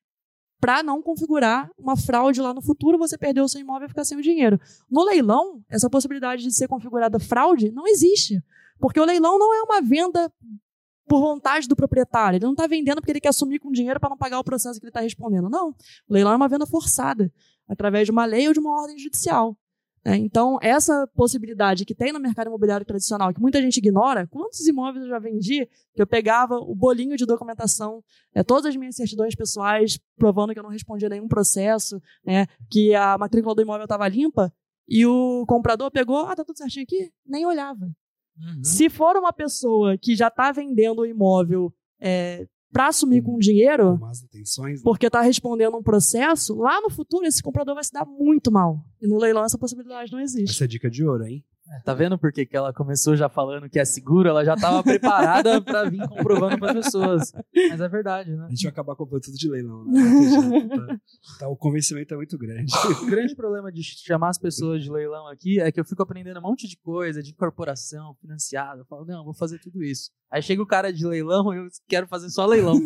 para não configurar uma fraude lá no futuro, você perder o seu imóvel e ficar sem o dinheiro. No leilão, essa possibilidade de ser configurada fraude não existe, porque o leilão não é uma venda por vontade do proprietário. Ele não está vendendo porque ele quer assumir com dinheiro para não pagar o processo que ele está respondendo. Não. O leilão é uma venda forçada, através de uma lei ou de uma ordem judicial. Então, essa possibilidade que tem no mercado imobiliário tradicional, que muita gente ignora, quantos imóveis eu já vendi, que eu pegava o bolinho de documentação, todas as minhas certidões pessoais, provando que eu não respondia nenhum processo, que a matrícula do imóvel estava limpa, e o comprador pegou, tá tudo certinho aqui? Nem olhava. Uhum. Se for uma pessoa que já está vendendo o imóvel para assumir com dinheiro, porque está respondendo um processo, lá no futuro esse comprador vai se dar muito mal. E no leilão essa possibilidade não existe. Essa é dica de ouro, hein? Tá vendo por que ela começou já falando que é seguro? Ela já estava preparada para vir comprovando para as pessoas. Mas é verdade, né? A gente vai acabar comprando tudo de leilão, né? O convencimento é muito grande. O grande problema de chamar as pessoas de leilão aqui é que eu fico aprendendo um monte de coisa, de incorporação, financiado. Eu falo, não, vou fazer tudo isso. Aí chega o cara de leilão e eu quero fazer só leilão.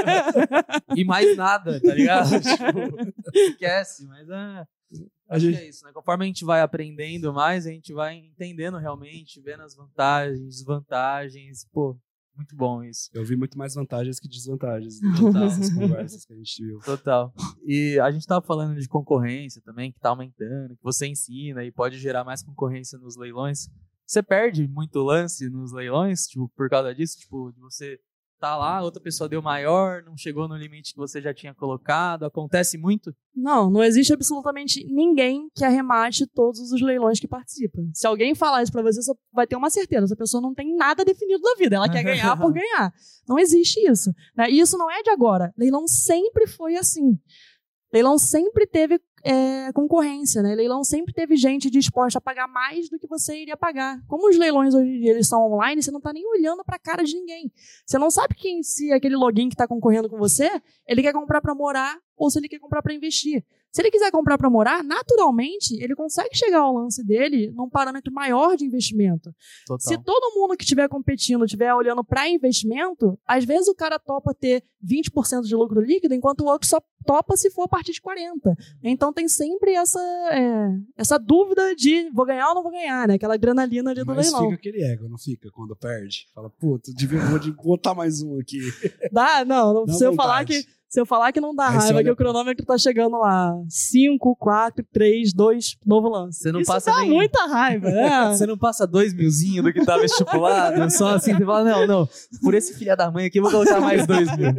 E mais nada, tá ligado? Tipo, esquece, mas acho que é isso, né? Conforme a gente vai aprendendo mais, a gente vai entendendo realmente, vendo as vantagens, desvantagens. Pô, muito bom isso. Eu vi muito mais vantagens que desvantagens nessas conversas que a gente viu. Total. E a gente tava falando de concorrência também, que tá aumentando, que você ensina e pode gerar mais concorrência nos leilões. Você perde muito lance nos leilões, tipo, por causa disso? Tipo, de você tá lá, outra pessoa deu maior, não chegou no limite que você já tinha colocado. Acontece muito? Não existe absolutamente ninguém que arremate todos os leilões que participa. Se alguém falar isso pra você, você vai ter uma certeza. Essa pessoa não tem nada definido da vida. Ela quer ganhar por ganhar. Não existe isso. Né? E isso não é de agora. Leilão sempre foi assim. Leilão sempre teve concorrência, né? Leilão sempre teve gente disposta a pagar mais do que você iria pagar. Como os leilões hoje em dia eles são online, você não está nem olhando para a cara de ninguém. Você não sabe se aquele login que está concorrendo com você, ele quer comprar para morar ou se ele quer comprar para investir. Se ele quiser comprar para morar, naturalmente, ele consegue chegar ao lance dele num parâmetro maior de investimento. Total. Se todo mundo que estiver competindo estiver olhando para investimento, às vezes o cara topa ter 20% de lucro líquido, enquanto o outro só topa se for a partir de 40%. Então tem sempre essa dúvida de vou ganhar ou não vou ganhar, né? Aquela adrenalina ali do leilão. Mas fica aquele ego, não fica? Quando perde. Fala, puta, vou botar mais um aqui. Não, se eu falar que não dá raiva, que o cronômetro tá chegando lá. 5, 4, 3, 2, novo lance. Você não isso passa dá muita raiva, né? Você não passa 2 milzinho do que tava estipulado, só assim, você fala, não, por esse filho da mãe aqui eu vou colocar mais 2 mil.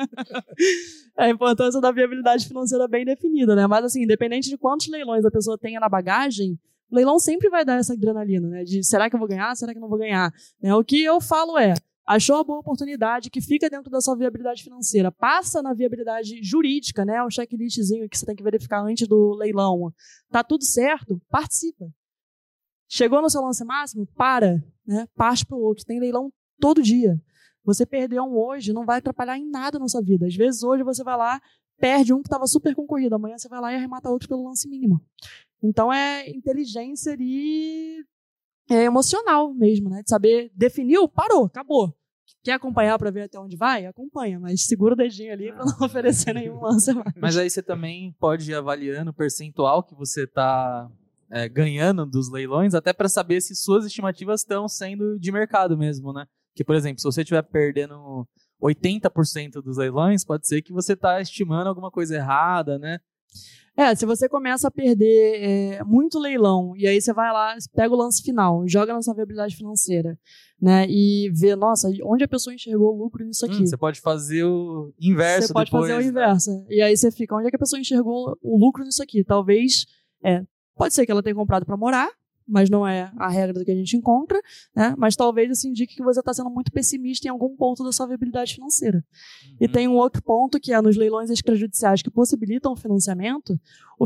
A importância da viabilidade financeira bem definida, né? Mas assim, independente de quantos leilões a pessoa tenha na bagagem, O leilão sempre vai dar essa adrenalina, né? De será que eu vou ganhar? Será que eu não vou ganhar? Né? O que eu falo achou a boa oportunidade que fica dentro da sua viabilidade financeira, passa na viabilidade jurídica, né? O checklistzinho que você tem que verificar antes do leilão. Tá tudo certo? Participa. Chegou no seu lance máximo? Né? Parte pro outro. Tem leilão todo dia. Você perdeu um hoje, não vai atrapalhar em nada na sua vida. Às vezes hoje você vai lá, perde um que estava super concorrido. Amanhã você vai lá e arremata outro pelo lance mínimo. Então é inteligência ali emocional mesmo, né? De saber, definiu, parou, acabou. Quer acompanhar para ver até onde vai? Acompanha, mas segura o dedinho ali para não oferecer nenhum lance mais. Mas aí você também pode ir avaliando o percentual que você está ganhando dos leilões, até para saber se suas estimativas estão sendo de mercado mesmo, né? Que, por exemplo, se você estiver perdendo 80% dos leilões, pode ser que você está estimando alguma coisa errada, né? Se você começa a perder muito leilão, e aí você vai lá, pega o lance final, joga na sua viabilidade financeira, né? E vê, nossa, onde a pessoa enxergou o lucro nisso aqui? Você pode fazer o inverso depois. Você pode fazer o inverso. Né? E aí você fica, onde é que a pessoa enxergou o lucro nisso aqui? Talvez, pode ser que ela tenha comprado para morar, mas não é a regra do que a gente encontra, né? Mas talvez isso indique que você está sendo muito pessimista em algum ponto da sua viabilidade financeira. E tem um outro ponto que é nos leilões extrajudiciais que possibilitam o financiamento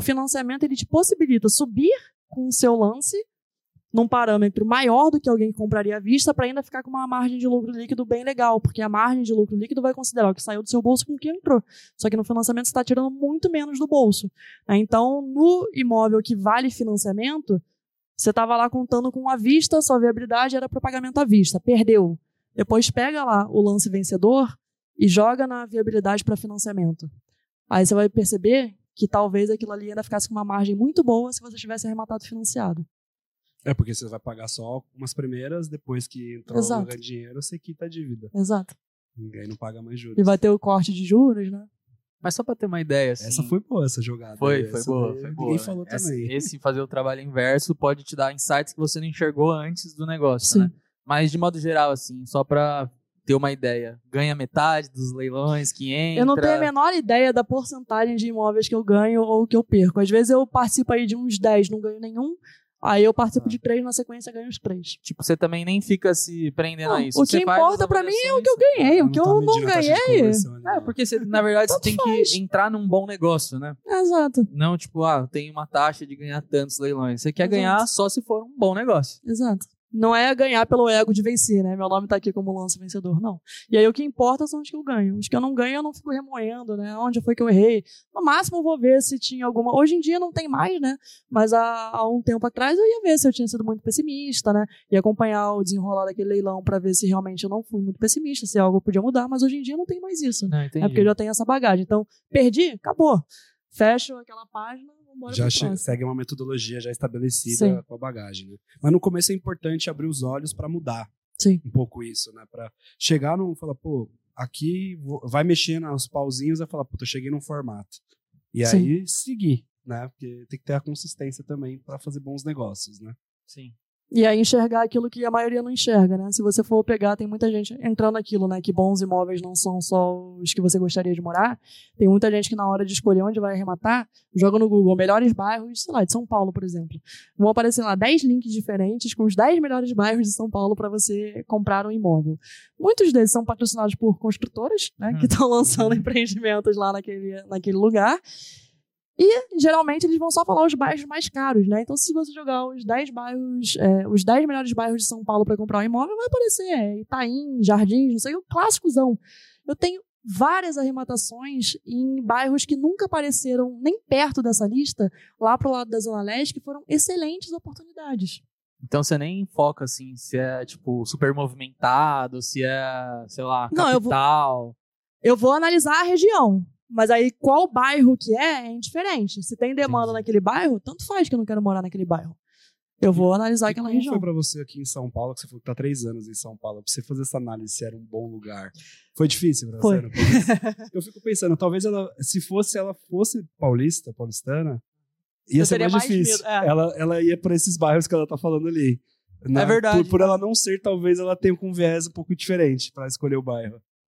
ele te possibilita subir com o seu lance num parâmetro maior do que alguém que compraria à vista para ainda ficar com uma margem de lucro líquido bem legal, porque a margem de lucro líquido vai considerar o que saiu do seu bolso com o que entrou. Só que no financiamento você está tirando muito menos do bolso. Então, no imóvel que vale financiamento, você estava lá contando com a vista, sua viabilidade era para pagamento à vista, perdeu. Depois pega lá o lance vencedor e joga na viabilidade para financiamento. Aí você vai perceber que talvez aquilo ali ainda ficasse com uma margem muito boa se você tivesse arrematado financiado. Porque você vai pagar só umas primeiras, depois que entrou no lugar de dinheiro, você quita a dívida. Exato. Ninguém não paga mais juros. E vai ter o corte de juros, né? Mas só pra ter uma ideia, assim... Essa foi boa, essa jogada. Foi boa. Ninguém falou também. Esse fazer o trabalho inverso pode te dar insights que você não enxergou antes do negócio, né? Mas de modo geral, assim, só pra ter uma ideia. Ganha metade dos leilões que entra... Eu não tenho a menor ideia da porcentagem de imóveis que eu ganho ou que eu perco. Às vezes eu participo aí de uns 10, não ganho nenhum. Aí eu participo de 3 na sequência, ganho os 3. Tipo, você também nem fica se prendendo a isso. O que importa pra mim é o que eu ganhei. O que eu não ganhei... porque você, na verdade, você tem que entrar num bom negócio, né? Exato. Não, tipo, tem uma taxa de ganhar tantos leilões. Você quer ganhar só se for um bom negócio. Exato. Não é ganhar pelo ego de vencer, né? Meu nome tá aqui como lance vencedor, não. E aí o que importa são os que eu ganho. Os que eu não ganho, eu não fico remoendo, né? Onde foi que eu errei? No máximo eu vou ver se tinha alguma... Hoje em dia não tem mais, né? Mas há um tempo atrás eu ia ver se eu tinha sido muito pessimista, né? Ia acompanhar o desenrolar daquele leilão pra ver se realmente eu não fui muito pessimista, se algo podia mudar. Mas hoje em dia não tem mais isso. Não, entendi. Porque eu já tenho essa bagagem. Então, perdi, acabou. Fecho aquela página... Já segue uma metodologia já estabelecida com a bagagem, né? Mas no começo é importante abrir os olhos para mudar um pouco isso, né? Para chegar num... Falar, aqui vai mexer nos pauzinhos e falar, eu cheguei num formato. E aí seguir, né? Porque tem que ter a consistência também para fazer bons negócios, né? Sim. E aí enxergar aquilo que a maioria não enxerga, né? Se você for pegar, tem muita gente entrando naquilo, né? Que bons imóveis não são só os que você gostaria de morar. Tem muita gente que na hora de escolher onde vai arrematar, joga no Google melhores bairros, sei lá, de São Paulo, por exemplo. Vão aparecer lá 10 links diferentes com os 10 melhores bairros de São Paulo para você comprar um imóvel. Muitos deles são patrocinados por construtoras, né? Que estão lançando empreendimentos lá naquele lugar. E, geralmente, eles vão só falar os bairros mais caros, né? Então, se você jogar os 10 bairros, os 10 melhores bairros de São Paulo para comprar um imóvel, vai aparecer Itaim, Jardins, não sei, o clássicozão. Eu tenho várias arrematações em bairros que nunca apareceram nem perto dessa lista, lá pro lado da Zona Leste, que foram excelentes oportunidades. Então, você nem foca, assim, se é, tipo, super movimentado, se é, sei lá, capital. Eu vou analisar a região. Mas aí, qual bairro que é indiferente. Se tem demanda naquele bairro, tanto faz que eu não quero morar naquele bairro. Eu vou analisar aquela região. Como foi pra você aqui em São Paulo, que você falou que tá 3 anos em São Paulo, pra você fazer essa análise se era um bom lugar? Foi difícil pra você? Eu fico pensando, talvez se ela fosse paulistana, ia ser mais difícil. Ela ia pra esses bairros que ela tá falando ali. É verdade. Por ela não ser, talvez ela tenha um viés um pouco diferente pra escolher o bairro.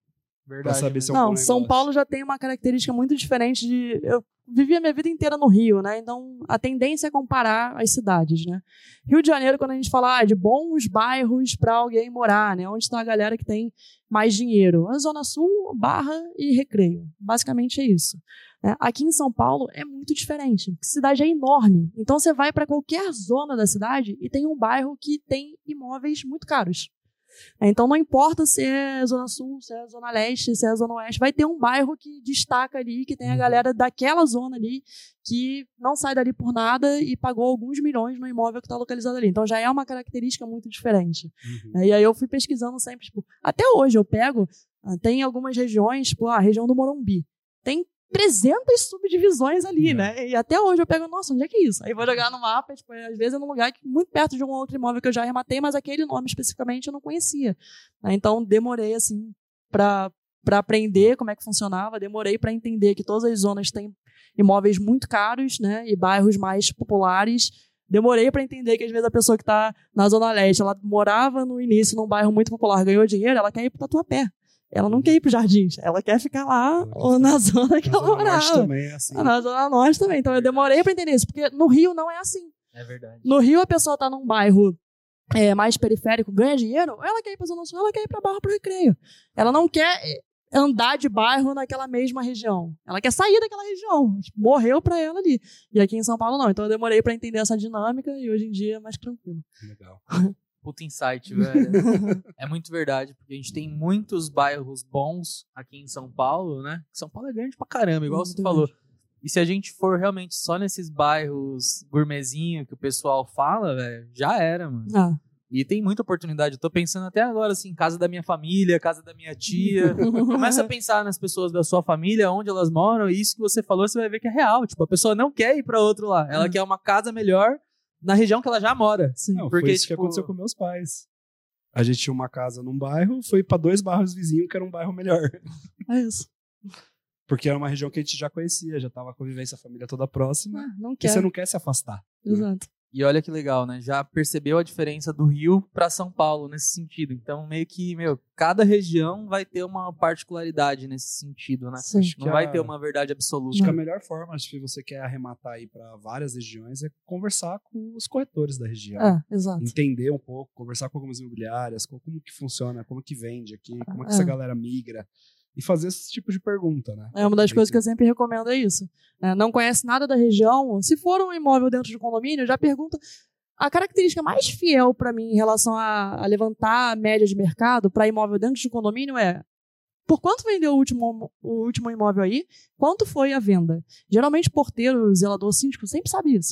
Pra saber se é um Não, bom São negócio. Paulo já tem uma característica muito diferente de... Eu vivi a minha vida inteira no Rio, né? Então, a tendência é comparar as cidades, né? Rio de Janeiro, quando a gente fala de bons bairros para alguém morar, né? Onde está a galera que tem mais dinheiro? A Zona Sul, Barra e Recreio. Basicamente é isso. Aqui em São Paulo é muito diferente, porque a cidade é enorme. Então, você vai para qualquer zona da cidade e tem um bairro que tem imóveis muito caros. Então não importa se é Zona Sul, se é Zona Leste, se é Zona Oeste, vai ter um bairro que destaca ali, que tem a galera daquela zona ali, que não sai dali por nada e pagou alguns milhões no imóvel que está localizado ali. Então já é uma característica muito diferente. E aí eu fui pesquisando sempre, tipo, até hoje eu pego, tem algumas regiões, tipo a região do Morumbi, tem 300 subdivisões ali, né? E até hoje eu pego, nossa, onde é que é isso? Aí vou jogar no mapa, tipo, às vezes é num lugar que, muito perto de um outro imóvel que eu já arrematei, mas aquele nome especificamente eu não conhecia. Então demorei, assim, pra aprender como é que funcionava, demorei pra entender que todas as zonas têm imóveis muito caros, né? E bairros mais populares. Demorei pra entender que às vezes a pessoa que tá na Zona Leste, ela morava no início num bairro muito popular, ganhou dinheiro, ela quer ir pro Tatuapé. Ela não quer ir pro Jardins, ela quer ficar lá ou na zona que ela morava. Na Zona Norte também é assim. Na Zona Norte também. Então eu demorei pra entender isso, porque no Rio não é assim. É verdade. No Rio a pessoa tá num bairro mais periférico, ganha dinheiro, ela quer ir pra Zona Sul, ela quer ir pra Barra pro Recreio. Ela não quer andar de bairro naquela mesma região. Ela quer sair daquela região. Tipo, morreu pra ela ali. E aqui em São Paulo não. Então eu demorei pra entender essa dinâmica e hoje em dia é mais tranquilo. Legal. Puta insight, velho. É muito verdade, porque a gente tem muitos bairros bons aqui em São Paulo, né? São Paulo é grande pra caramba, igual você falou. E se a gente for realmente só nesses bairros gourmetzinho que o pessoal fala, velho, já era, mano. E tem muita oportunidade. Eu tô pensando até agora, assim, casa da minha família, casa da minha tia. Começa a pensar nas pessoas da sua família, onde elas moram, e isso que você falou, você vai ver que é real. Tipo, a pessoa não quer ir pra outro lá. Ela quer uma casa melhor na região que ela já mora. Sim. Não, porque foi isso que aconteceu com meus pais. A gente tinha uma casa num bairro, foi pra 2 bairros vizinhos, que era um bairro melhor. É isso. Porque era uma região que a gente já conhecia, já tava a convivência, a família toda próxima. Não quer. E você não quer se afastar. Exato. E olha que legal, né? Já percebeu a diferença do Rio para São Paulo nesse sentido. Então, meio que, cada região vai ter uma particularidade nesse sentido, né? Sim. Não vai ter uma verdade absoluta. Acho que a melhor forma, se você quer arrematar aí para várias regiões, é conversar com os corretores da região. Exato. Entender um pouco, conversar com algumas imobiliárias, como que funciona, como que vende aqui, como que essa galera migra. E fazer esse tipo de pergunta, né? Uma das coisas que eu sempre recomendo é isso. Não conhece nada da região, se for um imóvel dentro de condomínio, já pergunta. A característica mais fiel para mim em relação a levantar a média de mercado para imóvel dentro de condomínio é: por quanto vendeu o último imóvel aí? Quanto foi a venda? Geralmente porteiro, zelador, síndico sempre sabe isso.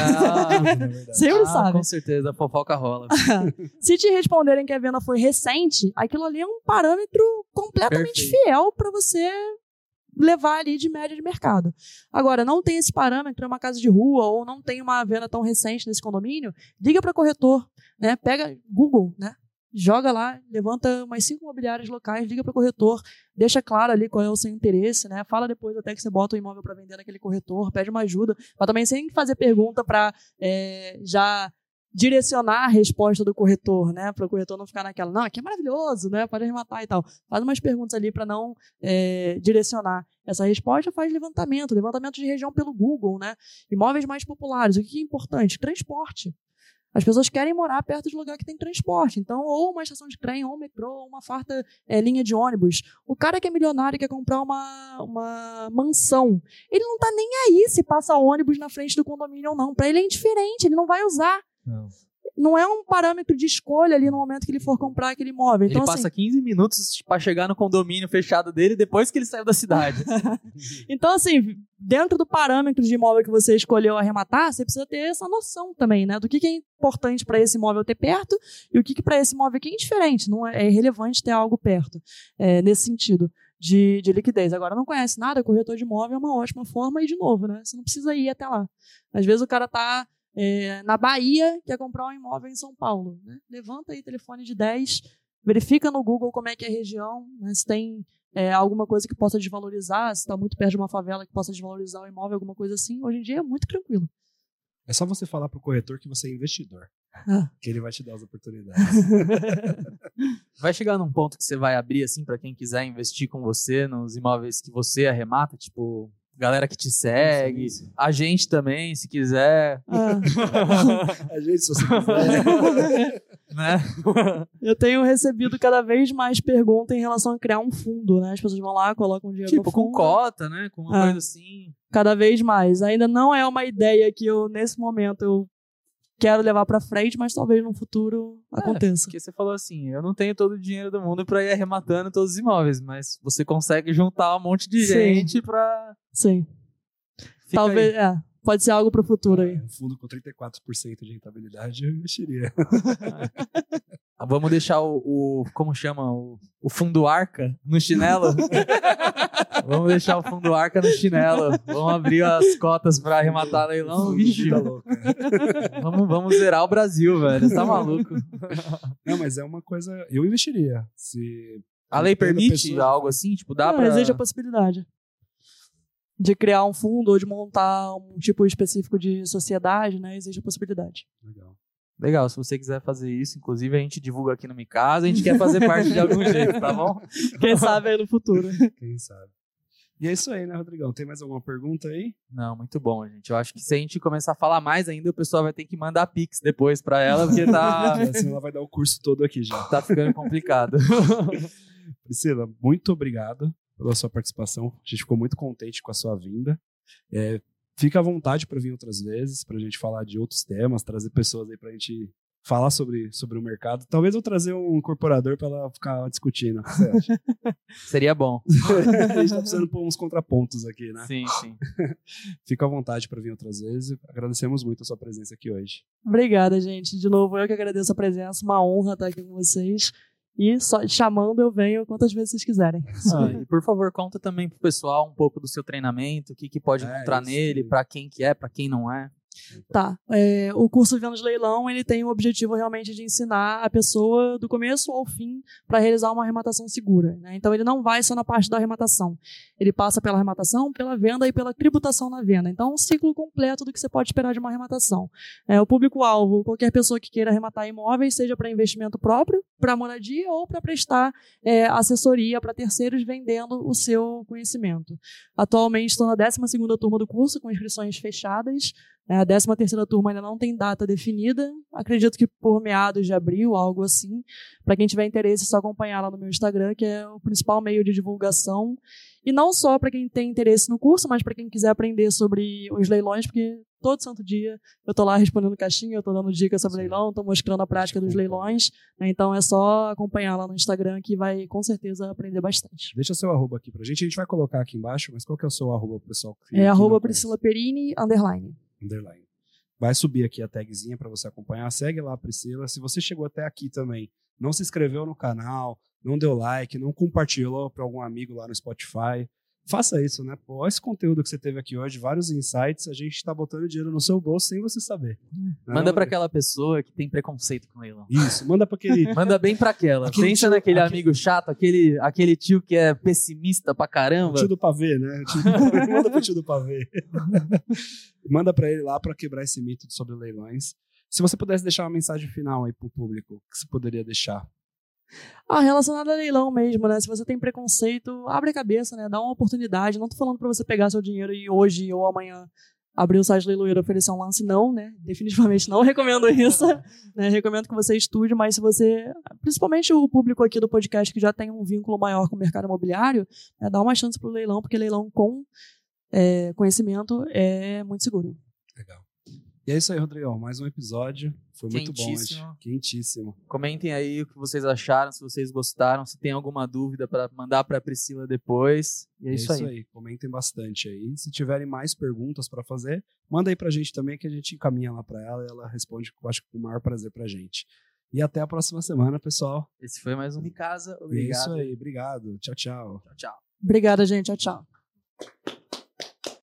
Sempre sabe. Com certeza, a fofoca rola. Se te responderem que a venda foi recente, aquilo ali é um parâmetro completamente fiel para você levar ali de média de mercado. Agora, não tem esse parâmetro, é uma casa de rua ou não tem uma venda tão recente nesse condomínio, liga para corretor, né? Pega Google, né? Joga lá, levanta umas 5 imobiliárias locais, liga para o corretor, deixa claro ali qual é o seu interesse, né? Fala depois até que você bota o imóvel para vender naquele corretor, pede uma ajuda, mas também sem fazer pergunta para já direcionar a resposta do corretor, né? Para o corretor não ficar naquela, não, aqui é maravilhoso, né? Pode arrematar e tal. Faz umas perguntas ali para não direcionar essa resposta, faz levantamento de região pelo Google, né? Imóveis mais populares, o que é importante? Transporte. As pessoas querem morar perto de lugar que tem transporte. Então, ou uma estação de trem, ou um metrô, ou uma farta linha de ônibus. O cara que é milionário e quer comprar uma mansão, ele não tá nem aí se passa ônibus na frente do condomínio ou não. Para ele é indiferente, ele não vai usar. Não é um parâmetro de escolha ali no momento que ele for comprar aquele imóvel. Então, ele passa 15 minutos para chegar no condomínio fechado dele depois que ele saiu da cidade. Então, assim, dentro do parâmetro de imóvel que você escolheu arrematar, você precisa ter essa noção também, né? Do que é importante para esse imóvel ter perto e o que para esse imóvel aqui é indiferente. Não é irrelevante ter algo perto, nesse sentido de liquidez. Agora, não conhece nada, corretor de imóvel é uma ótima forma e, de novo, né? Você não precisa ir até lá. Às vezes o cara tá na Bahia, quer comprar um imóvel em São Paulo, né? Levanta aí telefone de 10, verifica no Google como é que é a região, né? Se tem alguma coisa que possa desvalorizar, se está muito perto de uma favela que possa desvalorizar o imóvel, alguma coisa assim. Hoje em dia é muito tranquilo. É só você falar pro corretor que você é investidor, que ele vai te dar as oportunidades. Vai chegar num ponto que você vai abrir, assim, pra quem quiser investir com você nos imóveis que você arremata, tipo, galera que te segue, a gente também, se quiser. A gente, se você quiser. Né? Eu tenho recebido cada vez mais perguntas em relação a criar um fundo, né? As pessoas vão lá, colocam dinheiro no Tipo, fundo. com cota, né? Com uma coisa assim. Cada vez mais. Ainda não é uma ideia que eu, nesse momento, eu quero levar pra frente, mas talvez no futuro aconteça. Porque você falou assim, eu não tenho todo o dinheiro do mundo pra ir arrematando todos os imóveis, mas você consegue juntar um monte de gente pra... Sim. Fica Talvez, aí. pode ser algo pro futuro aí. Um fundo com 34% de rentabilidade, eu investiria. Vamos deixar o como chama? O fundo arca no chinelo? Vamos deixar o fundo arca no chinelo. Vamos abrir as cotas pra arrematar leilão. Vixe, vamos zerar o Brasil, velho. Você tá maluco? Não, mas é uma coisa... Eu investiria. Se A lei permite pessoas- algo assim? Tipo, dá pra... Existe a possibilidade de criar um fundo ou de montar um tipo específico de sociedade, né? Existe a possibilidade. Legal. Legal, se você quiser fazer isso, inclusive a gente divulga aqui no Mi Casa, a gente quer fazer parte de algum jeito, tá bom? Quem sabe aí no futuro. Quem sabe. E é isso aí, né, Rodrigão? Tem mais alguma pergunta aí? Não, muito bom, gente. Eu acho que se a gente começar a falar mais ainda, o pessoal vai ter que mandar Pix depois pra ela, porque tá, Senão ela vai dar o curso todo aqui já. tá ficando complicado. Priscila, muito obrigado pela sua participação. A gente ficou muito contente com a sua vinda. Fica à vontade para vir outras vezes, para a gente falar de outros temas, trazer pessoas aí para a gente falar sobre o mercado. Talvez eu trazer um incorporador para ela ficar discutindo. O que você acha? Seria bom. A gente tá precisando pôr uns contrapontos aqui, né? Sim, sim. Fica à vontade para vir outras vezes. Agradecemos muito a sua presença aqui hoje. Obrigada, gente. De novo, eu que agradeço a presença. Uma honra estar aqui com vocês. E só chamando, eu venho quantas vezes vocês quiserem. E por favor, conta também pro pessoal um pouco do seu treinamento, o que pode encontrar isso nele, aí. pra quem que é, pra quem não é. Tá. O curso Vênus Leilão, ele tem o objetivo realmente de ensinar a pessoa do começo ao fim para realizar uma arrematação segura, né? Então ele não vai só na parte da arrematação. Ele passa pela arrematação, pela venda e pela tributação na venda. Então é um ciclo completo do que você pode esperar de uma arrematação. O público-alvo, qualquer pessoa que queira arrematar imóveis, seja para investimento próprio, para moradia ou para prestar assessoria para terceiros vendendo o seu conhecimento. Atualmente estou na 12ª turma do curso, com inscrições fechadas. A 13ª turma ainda não tem data definida. Acredito que por meados de abril, algo assim. Para quem tiver interesse, é só acompanhar lá no meu Instagram, que é o principal meio de divulgação. E não só para quem tem interesse no curso, mas para quem quiser aprender sobre os leilões, porque todo santo dia eu tô lá respondendo caixinha, eu tô dando dicas sobre leilão, tô mostrando a prática dos leilões. Então é só acompanhar lá no Instagram que vai com certeza aprender bastante. Deixa seu arroba aqui pra gente. A gente vai colocar aqui embaixo, mas qual que é o seu arroba, pessoal? Arroba Priscila Perini, _. Vai subir aqui a tagzinha para você acompanhar. Segue lá a Priscila. Se você chegou até aqui também, não se inscreveu no canal, não deu like, não compartilhou para algum amigo lá no Spotify, faça isso, né? Pô, olha esse conteúdo que você teve aqui hoje, vários insights, a gente tá botando dinheiro no seu bolso sem você saber. Manda pra aquela pessoa que tem preconceito com leilão. Isso, manda pra aquele... Manda bem pra aquela. Aquele Pensa tio- naquele amigo chato, aquele tio que é pessimista pra caramba. tio do pavê, né? Manda pro tio do pavê. Manda pra ele lá pra quebrar esse mito sobre leilões. Se você pudesse deixar uma mensagem final aí pro público, o que você poderia deixar? Relacionado a leilão mesmo, né? Se você tem preconceito, abre a cabeça, né? Dá uma oportunidade. Não tô falando pra você pegar seu dinheiro e hoje ou amanhã abrir o site leiloeiro e oferecer um lance, não, né? Definitivamente não recomendo isso. Né? Recomendo que você estude, mas se você, principalmente o público aqui do podcast que já tem um vínculo maior com o mercado imobiliário, dá uma chance pro leilão, porque leilão com conhecimento é muito seguro. Legal. E é isso aí, Rodrigão. Mais um episódio. Foi muito bom hoje. Quentíssimo. Comentem aí o que vocês acharam, se vocês gostaram, se tem alguma dúvida para mandar para Priscila depois. E é isso aí. Comentem bastante aí. Se tiverem mais perguntas para fazer, manda aí pra gente também que a gente encaminha lá para ela e ela responde, eu acho que com o maior prazer pra gente. E até a próxima semana, pessoal. Esse foi mais um Mi Casa. É Obrigado. isso aí. Obrigado. Tchau, tchau. Tchau, tchau. Obrigada, gente. Tchau, tchau.